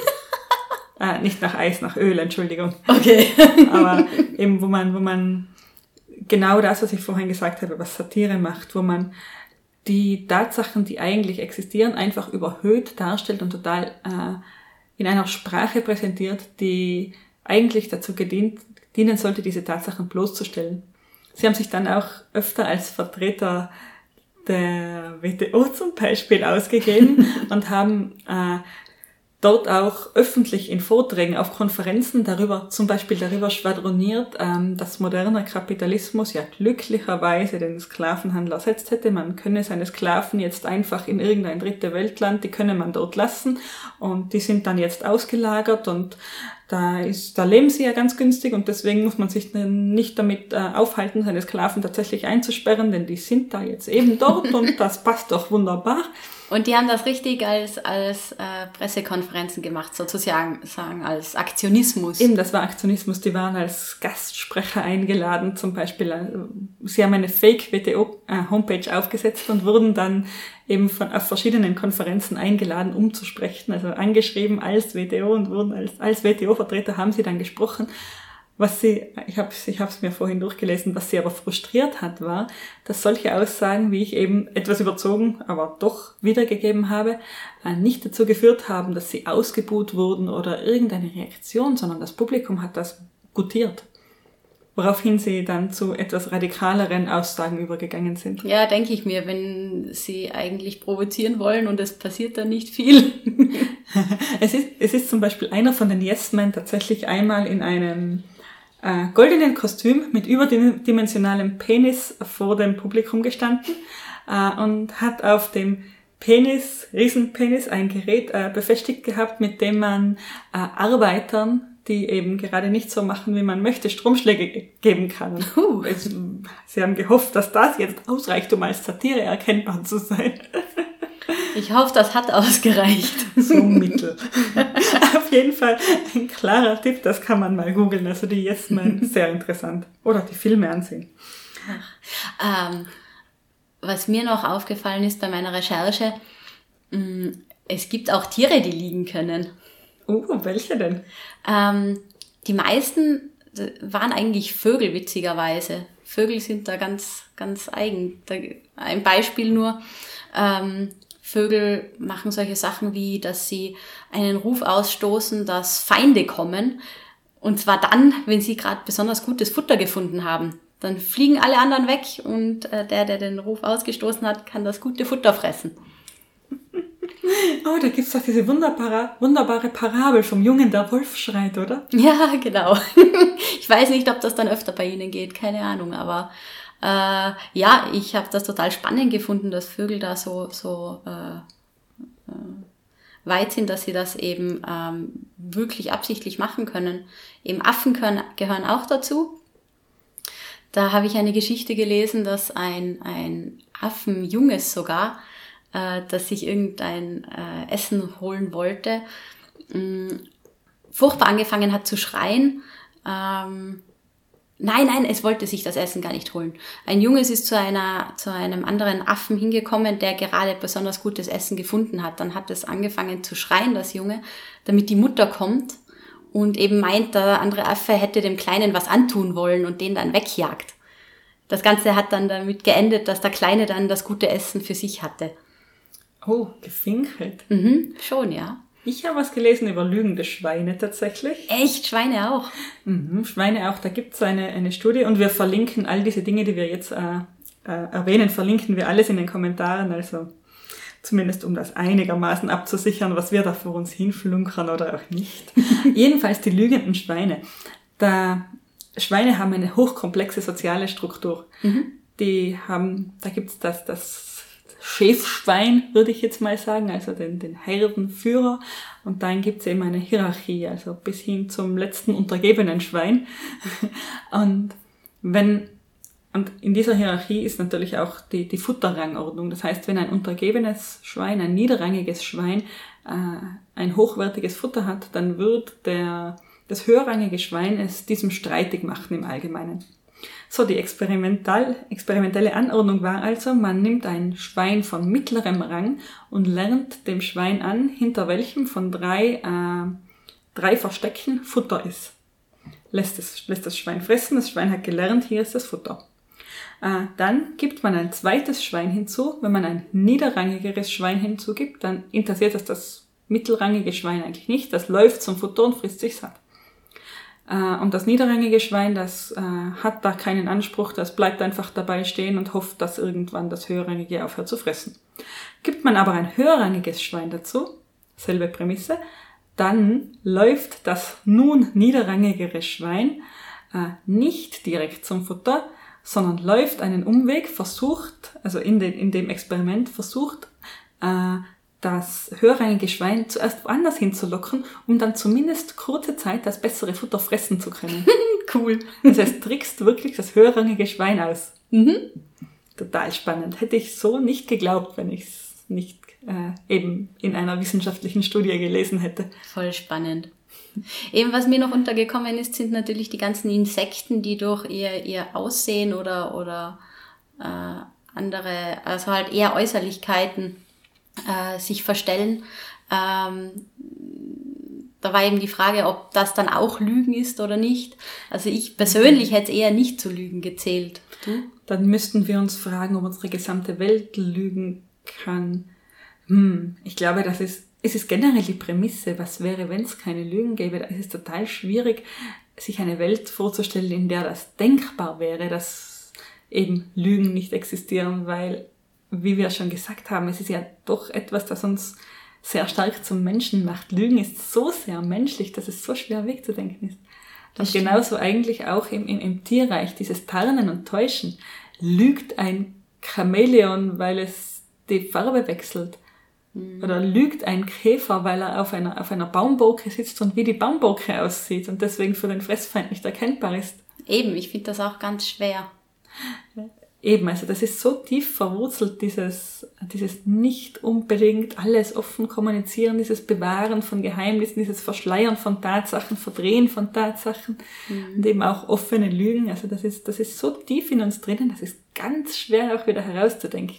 ah, nicht nach Eis, nach Öl, Entschuldigung. Okay. Aber eben, wo man, wo man genau das, was ich vorhin gesagt habe, was Satire macht, wo man die Tatsachen, die eigentlich existieren, einfach überhöht darstellt und total äh, in einer Sprache präsentiert, die eigentlich dazu gedient, dienen sollte, diese Tatsachen bloßzustellen. Sie haben sich dann auch öfter als Vertreter der W T O zum Beispiel ausgegeben und haben äh, dort auch öffentlich in Vorträgen auf Konferenzen darüber, zum Beispiel darüber schwadroniert, ähm, dass moderner Kapitalismus ja glücklicherweise den Sklavenhandel ersetzt hätte. Man könne seine Sklaven jetzt einfach in irgendein dritte Weltland, die könne man dort lassen und die sind dann jetzt ausgelagert und da ist, da leben sie ja ganz günstig und deswegen muss man sich nicht damit äh, aufhalten, seine Sklaven tatsächlich einzusperren, denn die sind da jetzt eben dort und das passt doch wunderbar. Und die haben das richtig als als äh, Pressekonferenzen gemacht, sozusagen sagen als Aktionismus. Eben, das war Aktionismus. Die waren als Gastsprecher eingeladen, zum Beispiel. Äh, sie haben eine Fake-W T O-Homepage aufgesetzt und wurden dann eben von auf verschiedenen Konferenzen eingeladen, um zu sprechen. Also angeschrieben als W T O und wurden als als W T O-Vertreter haben sie dann gesprochen. Was sie, ich habe ich habe es mir vorhin durchgelesen, was sie aber frustriert hat, war, dass solche Aussagen, wie ich eben etwas überzogen, aber doch wiedergegeben habe, nicht dazu geführt haben, dass sie ausgebuht wurden oder irgendeine Reaktion, sondern das Publikum hat das gutiert. Woraufhin sie dann zu etwas radikaleren Aussagen übergegangen sind. Ja, denke ich mir, wenn sie eigentlich provozieren wollen und es passiert dann nicht viel. es ist, es ist zum Beispiel einer von den Yes Men tatsächlich einmal in einem Äh, goldenen Kostüm mit überdimensionalem Penis vor dem Publikum gestanden äh, und hat auf dem Penis, Riesenpenis, ein Gerät äh, befestigt gehabt, mit dem man äh, Arbeitern, die eben gerade nicht so machen, wie man möchte, Stromschläge geben kann. Uh. Es, sie haben gehofft, dass das jetzt ausreicht, um als Satire erkennbar zu sein. Ich hoffe, das hat ausgereicht. So mittel. Auf jeden Fall ein klarer Tipp, das kann man mal googeln. Also die Yes Men, sehr interessant. Oder die Filme ansehen. Ach, ähm, was mir noch aufgefallen ist bei meiner Recherche, mh, es gibt auch Tiere, die liegen können. Oh, welche denn? Ähm, die meisten waren eigentlich Vögel, witzigerweise. Vögel sind da ganz, ganz eigen. Da, ein Beispiel nur. Ähm, Vögel machen solche Sachen wie, dass sie einen Ruf ausstoßen, dass Feinde kommen. Und zwar dann, wenn sie gerade besonders gutes Futter gefunden haben. Dann fliegen alle anderen weg und äh, der, der den Ruf ausgestoßen hat, kann das gute Futter fressen. Oh, da gibt's doch diese wunderbare, wunderbare Parabel vom Jungen, der Wolf schreit, oder? Ja, genau. Ich weiß nicht, ob das dann öfter bei Ihnen geht, keine Ahnung, aber Äh, ja, ich habe das total spannend gefunden, dass Vögel da so so äh, äh, weit sind, dass sie das eben ähm, wirklich absichtlich machen können. Eben Affen können, gehören auch dazu. Da habe ich eine Geschichte gelesen, dass ein ein Affenjunges sogar, äh, das sich irgendein äh, Essen holen wollte, mh, furchtbar angefangen hat zu schreien. Ähm, Nein, nein, es wollte sich das Essen gar nicht holen. Ein Junges ist zu einer, zu einem anderen Affen hingekommen, der gerade besonders gutes Essen gefunden hat. Dann hat es angefangen zu schreien, das Junge, damit die Mutter kommt und eben meint, der andere Affe hätte dem Kleinen was antun wollen und den dann wegjagt. Das Ganze hat dann damit geendet, dass der Kleine dann das gute Essen für sich hatte. Oh, gefinkelt. Mhm, schon, ja. Ich habe was gelesen über lügende Schweine tatsächlich. Echt? Schweine auch? Mhm, Schweine auch. Da gibt es eine, eine Studie und wir verlinken all diese Dinge, die wir jetzt äh, äh, erwähnen, verlinken wir alles in den Kommentaren. Also Zumindest um das einigermaßen abzusichern, was wir da vor uns hinflunkern oder auch nicht. Jedenfalls die lügenden Schweine. Da Schweine haben eine hochkomplexe soziale Struktur. Mhm. Die haben, da gibt's das, das Chefschwein, würde ich jetzt mal sagen, also den, den Herdenführer. Und dann gibt's eben eine Hierarchie, also bis hin zum letzten untergebenen Schwein. Und wenn, und in dieser Hierarchie ist natürlich auch die, die Futterrangordnung. Das heißt, wenn ein untergebenes Schwein, ein niederrangiges Schwein, äh, ein hochwertiges Futter hat, dann wird der, das höherrangige Schwein es diesem streitig machen im Allgemeinen. So, die experimental, experimentelle Anordnung war also, man nimmt ein Schwein von mittlerem Rang und lernt dem Schwein an, hinter welchem von drei, äh, drei Verstecken Futter ist. Lässt, es, lässt das Schwein fressen, das Schwein hat gelernt, hier ist das Futter. Äh, dann gibt man ein zweites Schwein hinzu. Wenn man ein niederrangigeres Schwein hinzugibt, dann interessiert das das mittelrangige Schwein eigentlich nicht. Das läuft zum Futter und frisst sich satt. Und das niederrangige Schwein, das äh, hat da keinen Anspruch, das bleibt einfach dabei stehen und hofft, dass irgendwann das höherrangige aufhört zu fressen. Gibt man aber ein höherrangiges Schwein dazu, selbe Prämisse, dann läuft das nun niederrangigere Schwein äh, nicht direkt zum Futter, sondern läuft einen Umweg, versucht, also in, den, in dem Experiment versucht, äh, das höherrangige Schwein zuerst woanders hinzulocken, um dann zumindest kurze Zeit das bessere Futter fressen zu können. Cool. Das heißt, trickst wirklich das höherrangige Schwein aus. Mhm. Total spannend. Hätte ich so nicht geglaubt, wenn ich es nicht äh, eben in einer wissenschaftlichen Studie gelesen hätte. Voll spannend. Eben, was mir noch untergekommen ist, sind natürlich die ganzen Insekten, die durch ihr, ihr Aussehen oder, oder äh, andere, also halt eher Äußerlichkeiten, Äh, sich verstellen. Ähm, da war eben die Frage, ob das dann auch Lügen ist oder nicht. Also ich persönlich hätte es eher nicht zu Lügen gezählt. Du? Dann müssten wir uns fragen, ob unsere gesamte Welt lügen kann. Hm, ich glaube, das ist, es ist generell die Prämisse, was wäre, wenn es keine Lügen gäbe. Da ist es total schwierig, sich eine Welt vorzustellen, in der das denkbar wäre, dass eben Lügen nicht existieren, weil, wie wir schon gesagt haben, es ist ja doch etwas, das uns sehr stark zum Menschen macht. Lügen ist so sehr menschlich, dass es so schwer wegzudenken ist. Und genauso eigentlich auch im, im, im Tierreich, dieses Tarnen und Täuschen. Lügt ein Chamäleon, weil es die Farbe wechselt? Mhm. Oder lügt ein Käfer, weil er auf einer, auf einer Baumborke sitzt und wie die Baumborke aussieht und deswegen für den Fressfeind nicht erkennbar ist? Eben, ich finde das auch ganz schwer. Eben, also das ist so tief verwurzelt, dieses, dieses nicht unbedingt alles offen kommunizieren, dieses Bewahren von Geheimnissen, dieses Verschleiern von Tatsachen, Verdrehen von Tatsachen mhm. und eben auch offene Lügen. Also das ist, das ist so tief in uns drinnen, das ist ganz schwer auch wieder herauszudenken.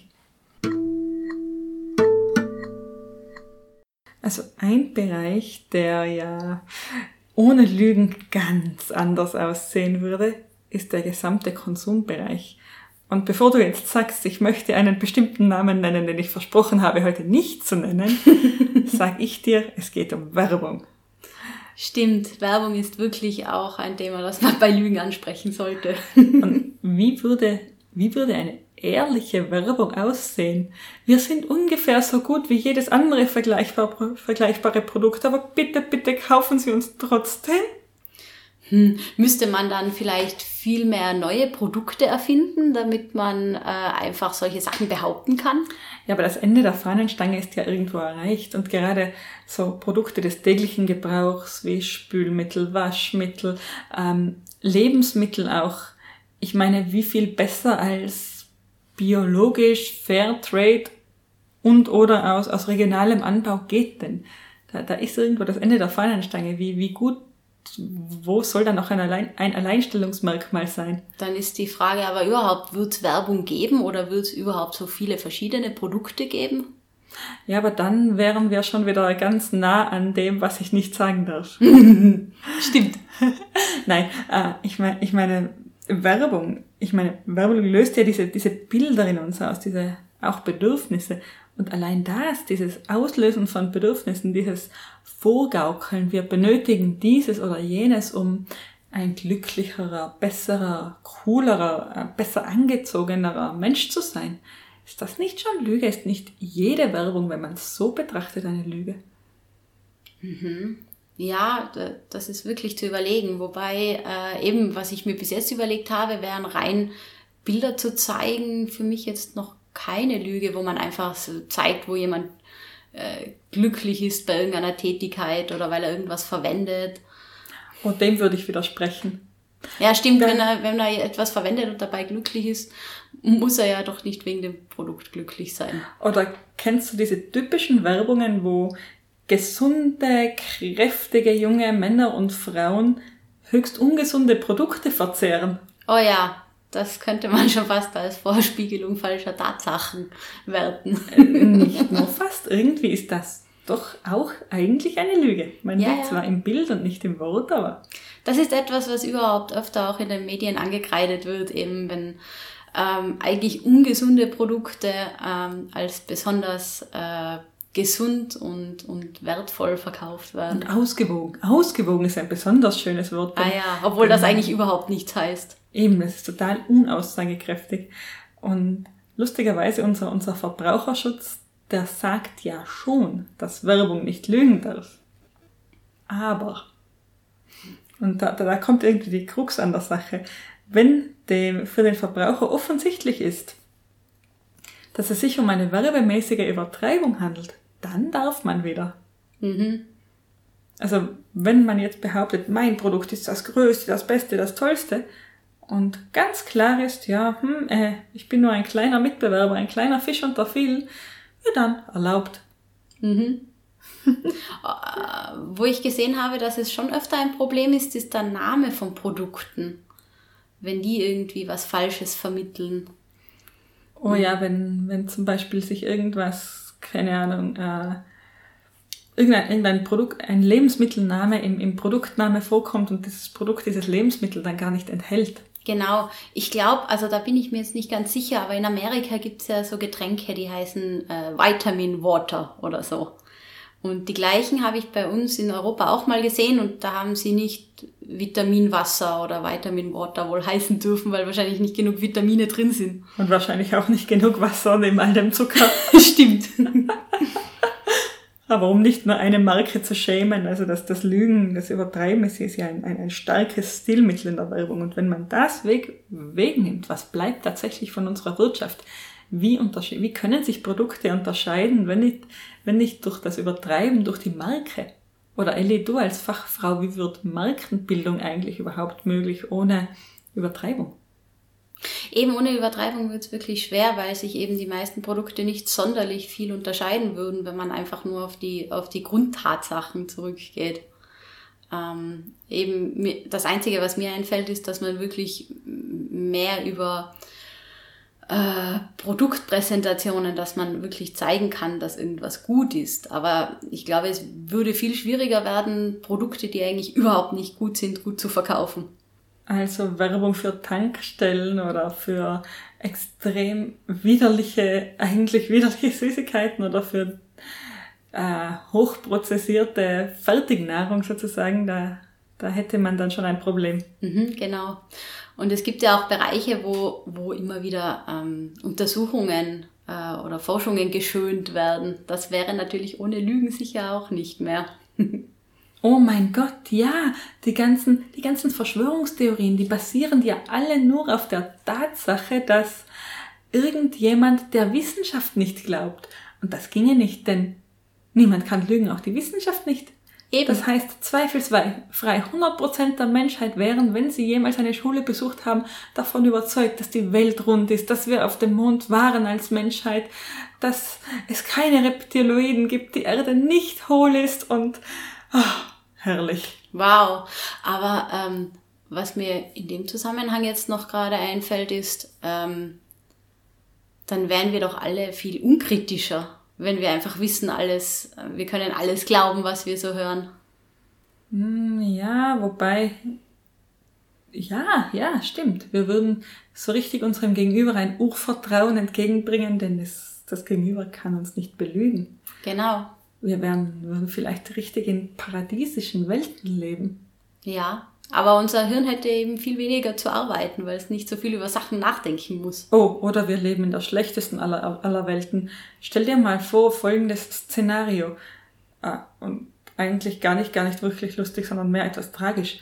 Also ein Bereich, der ja ohne Lügen ganz anders aussehen würde, ist der gesamte Konsumbereich. Und bevor du jetzt sagst, ich möchte einen bestimmten Namen nennen, den ich versprochen habe, heute nicht zu nennen, sag ich dir, es geht um Werbung. Stimmt, Werbung ist wirklich auch ein Thema, das man bei Lügen ansprechen sollte. Und wie würde, wie würde eine ehrliche Werbung aussehen? Wir sind ungefähr so gut wie jedes andere vergleichbare, vergleichbare Produkt, aber bitte, bitte kaufen Sie uns trotzdem. Hm, müsste man dann vielleicht viel mehr neue Produkte erfinden, damit man äh, einfach solche Sachen behaupten kann? Ja, aber das Ende der Fahnenstange ist ja irgendwo erreicht und gerade so Produkte des täglichen Gebrauchs wie Spülmittel, Waschmittel, ähm, Lebensmittel auch. Ich meine, wie viel besser als biologisch, Fairtrade und oder aus, aus regionalem Anbau geht denn? Da, da ist irgendwo das Ende der Fahnenstange. Wie, wie gut, wo soll da noch ein, Allein, ein Alleinstellungsmerkmal sein? Dann ist die Frage aber überhaupt, wird es Werbung geben oder wird es überhaupt so viele verschiedene Produkte geben? Ja, aber dann wären wir schon wieder ganz nah an dem, was ich nicht sagen darf. Stimmt. Nein, äh, ich meine, ich meine, Werbung, ich meine, Werbung löst ja diese, diese Bilder in uns aus, diese auch Bedürfnisse. Und allein das, dieses Auslösen von Bedürfnissen, dieses Vorgaukeln, wir benötigen dieses oder jenes, um ein glücklicherer, besserer, coolerer, besser angezogenerer Mensch zu sein, Ist das nicht schon Lüge? Ist nicht jede Werbung, wenn man es so betrachtet, eine Lüge? Mhm. Ja, das ist wirklich zu überlegen. Wobei äh, eben, was ich mir bis jetzt überlegt habe, wären rein Bilder zu zeigen, für mich jetzt noch keine Lüge, wo man einfach so zeigt, wo jemand äh, glücklich ist bei irgendeiner Tätigkeit oder weil er irgendwas verwendet. Und dem würde ich widersprechen. Ja, stimmt, wenn er, wenn er etwas verwendet und dabei glücklich ist, muss er ja doch nicht wegen dem Produkt glücklich sein. Oder kennst du diese typischen Werbungen, wo gesunde, kräftige junge Männer und Frauen höchst ungesunde Produkte verzehren? Oh ja, das könnte man schon fast als Vorspiegelung falscher Tatsachen werten. Nicht nur fast, irgendwie ist das doch auch eigentlich eine Lüge. Man Ja, sieht ja. zwar im Bild und nicht im Wort, aber... Das ist etwas, was überhaupt öfter auch in den Medien angekreidet wird, eben wenn ähm, eigentlich ungesunde Produkte ähm, als besonders äh, gesund und, und wertvoll verkauft werden. Und ausgewogen. Ausgewogen ist ein besonders schönes Wort. Ah ja, obwohl das eigentlich überhaupt nichts heißt. Eben, das ist total unaussagekräftig. Und lustigerweise unser, unser Verbraucherschutz, der sagt ja schon, dass Werbung nicht lügen darf. Aber, und da, da, da kommt irgendwie die Krux an der Sache, wenn dem für den Verbraucher offensichtlich ist, dass es sich um eine werbemäßige Übertreibung handelt, dann darf man wieder. Mhm. Also wenn man jetzt behauptet, mein Produkt ist das Größte, das Beste, das Tollste und ganz klar ist, ja, hm, äh, ich bin nur ein kleiner Mitbewerber, ein kleiner Fisch unter vielen, ja dann, erlaubt. Mhm. Wo ich gesehen habe, dass es schon öfter ein Problem ist, ist der Name von Produkten, wenn die irgendwie was Falsches vermitteln. Oh ja, wenn, wenn zum Beispiel sich irgendwas, keine Ahnung, äh, irgendein, irgendein Produkt, ein Lebensmittelname im, im Produktname vorkommt und dieses Produkt dieses Lebensmittel dann gar nicht enthält. Genau, ich glaube, also da bin ich mir jetzt nicht ganz sicher, aber in Amerika gibt's ja so Getränke, die heißen äh, Vitamin Water oder so. Und die gleichen habe ich bei uns in Europa auch mal gesehen und da haben sie nicht Vitaminwasser oder Vitamin Water wohl heißen dürfen, weil wahrscheinlich nicht genug Vitamine drin sind. Und wahrscheinlich auch nicht genug Wasser neben all dem Zucker. Stimmt. Aber um nicht nur eine Marke zu schämen, also dass das Lügen, das Übertreiben ist, ist ja ein, ein, ein starkes Stilmittel in der Werbung. Und wenn man das weg, wegnimmt, was bleibt tatsächlich von unserer Wirtschaft? Wie, untersche- wie können sich Produkte unterscheiden, wenn nicht, wenn nicht durch das Übertreiben, durch die Marke? Oder Elli, du als Fachfrau, wie wird Markenbildung eigentlich überhaupt möglich ohne Übertreibung? Eben ohne Übertreibung wird es wirklich schwer, weil sich eben die meisten Produkte nicht sonderlich viel unterscheiden würden, wenn man einfach nur auf die, auf die Grundtatsachen zurückgeht. Ähm, eben mir- das Einzige, was mir einfällt, ist, dass man wirklich mehr über äh, Produktpräsentationen, dass man wirklich zeigen kann, dass irgendwas gut ist. Aber ich glaube, es würde viel schwieriger werden, Produkte, die eigentlich überhaupt nicht gut sind, gut zu verkaufen. Also Werbung für Tankstellen oder für extrem widerliche, eigentlich widerliche Süßigkeiten oder für äh, hochprozessierte Fertignahrung sozusagen, da, da hätte man dann schon ein Problem. Mhm, genau. Und es gibt ja auch Bereiche, wo, wo immer wieder ähm, Untersuchungen äh, oder Forschungen geschönt werden. Das wäre natürlich ohne Lügen sicher auch nicht mehr. Oh mein Gott, ja, die ganzen, die ganzen Verschwörungstheorien, die basieren ja alle nur auf der Tatsache, dass irgendjemand der Wissenschaft nicht glaubt. Und das ginge nicht, denn niemand kann lügen, auch die Wissenschaft nicht. Eben. Das heißt, zweifelsfrei hundert Prozent der Menschheit wären, wenn sie jemals eine Schule besucht haben, davon überzeugt, dass die Welt rund ist, dass wir auf dem Mond waren als Menschheit, dass es keine Reptiloiden gibt, die Erde nicht hohl ist und oh, herrlich. Wow. Aber ähm, was mir in dem Zusammenhang jetzt noch gerade einfällt, ist, ähm, dann wären wir doch alle viel unkritischer, wenn wir einfach wissen, alles, wir können alles glauben, was wir so hören. Ja, wobei, ja, ja, stimmt. Wir würden so richtig unserem Gegenüber ein Urvertrauen entgegenbringen, denn es, das Gegenüber kann uns nicht belügen. Genau. Wir wären, würden vielleicht richtig in paradiesischen Welten leben. Ja. Aber unser Hirn hätte eben viel weniger zu arbeiten, weil es nicht so viel über Sachen nachdenken muss. Oh, oder wir leben in der schlechtesten aller, aller Welten. Stell dir mal vor, folgendes Szenario. Ah, und eigentlich gar nicht, gar nicht wirklich lustig, sondern mehr etwas tragisch.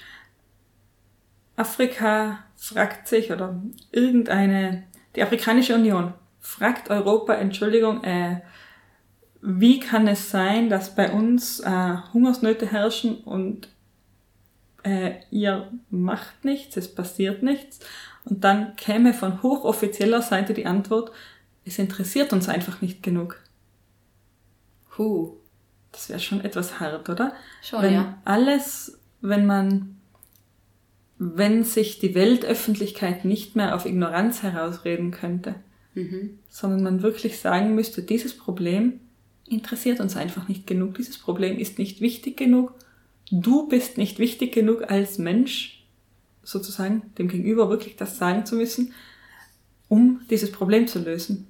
Afrika fragt sich, oder irgendeine, die Afrikanische Union fragt Europa, Entschuldigung, äh, wie kann es sein, dass bei uns äh, Hungersnöte herrschen und äh, ihr macht nichts, es passiert nichts. Und dann käme von hochoffizieller Seite die Antwort, es interessiert uns einfach nicht genug. Huh. Das wäre schon etwas hart, oder? Schon, wenn ja. alles, wenn man, wenn sich die Weltöffentlichkeit nicht mehr auf Ignoranz herausreden könnte, Mhm. sondern man wirklich sagen müsste, dieses Problem interessiert uns einfach nicht genug, dieses Problem ist nicht wichtig genug, du bist nicht wichtig genug als Mensch, sozusagen dem Gegenüber wirklich das sagen zu müssen, um dieses Problem zu lösen.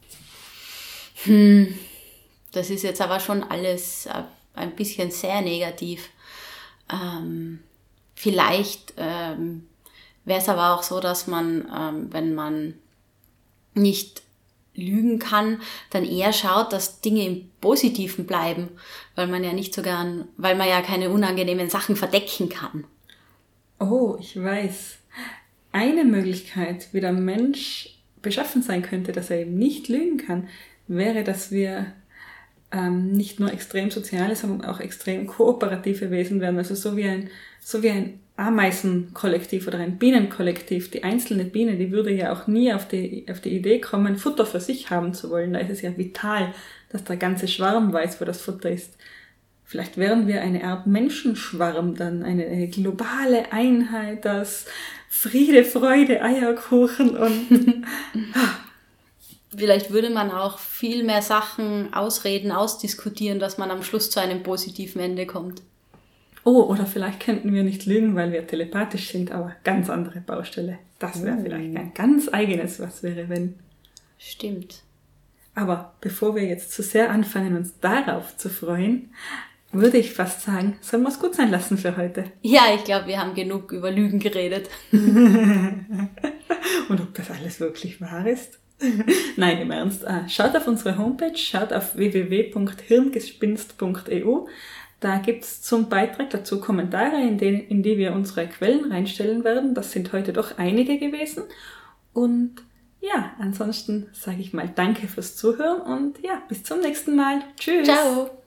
Hm. Das ist jetzt aber schon alles ein bisschen sehr negativ. Ähm, vielleicht ähm, wäre es aber auch so, dass man, ähm, wenn man nicht lügen kann, dann eher schaut, dass Dinge im Positiven bleiben, weil man ja nicht so gern, weil man ja keine unangenehmen Sachen verdecken kann. Oh, ich weiß. Eine Möglichkeit, wie der Mensch beschaffen sein könnte, dass er eben nicht lügen kann, wäre, dass wir ähm, nicht nur extrem soziale, sondern auch extrem kooperative Wesen werden. Also so wie ein, so wie ein Ameisenkollektiv oder ein Bienenkollektiv. Die einzelne Biene, die würde ja auch nie auf die, auf die Idee kommen, Futter für sich haben zu wollen. Da ist es ja vital, dass der ganze Schwarm weiß, wo das Futter ist. Vielleicht wären wir eine Art Menschenschwarm dann, eine, eine globale Einheit, das Friede, Freude, Eierkuchen und... Vielleicht würde man auch viel mehr Sachen ausreden, ausdiskutieren, dass man am Schluss zu einem positiven Ende kommt. Oh, oder vielleicht könnten wir nicht lügen, weil wir telepathisch sind, aber ganz andere Baustelle. Das wäre vielleicht ein ganz eigenes Was wäre wenn. Stimmt. Aber bevor wir jetzt zu sehr anfangen, uns darauf zu freuen, würde ich fast sagen, sollen wir es gut sein lassen für heute. Ja, ich glaube, wir haben genug über Lügen geredet. Und ob das alles wirklich wahr ist? Nein, im Ernst. Schaut auf unsere Homepage, schaut auf w w w punkt hirngespinst punkt e u. Da gibt's zum Beitrag dazu Kommentare, in, den, in die wir unsere Quellen reinstellen werden. Das sind heute doch einige gewesen. Und ja, ansonsten sage ich mal Danke fürs Zuhören und ja, bis zum nächsten Mal. Tschüss. Ciao.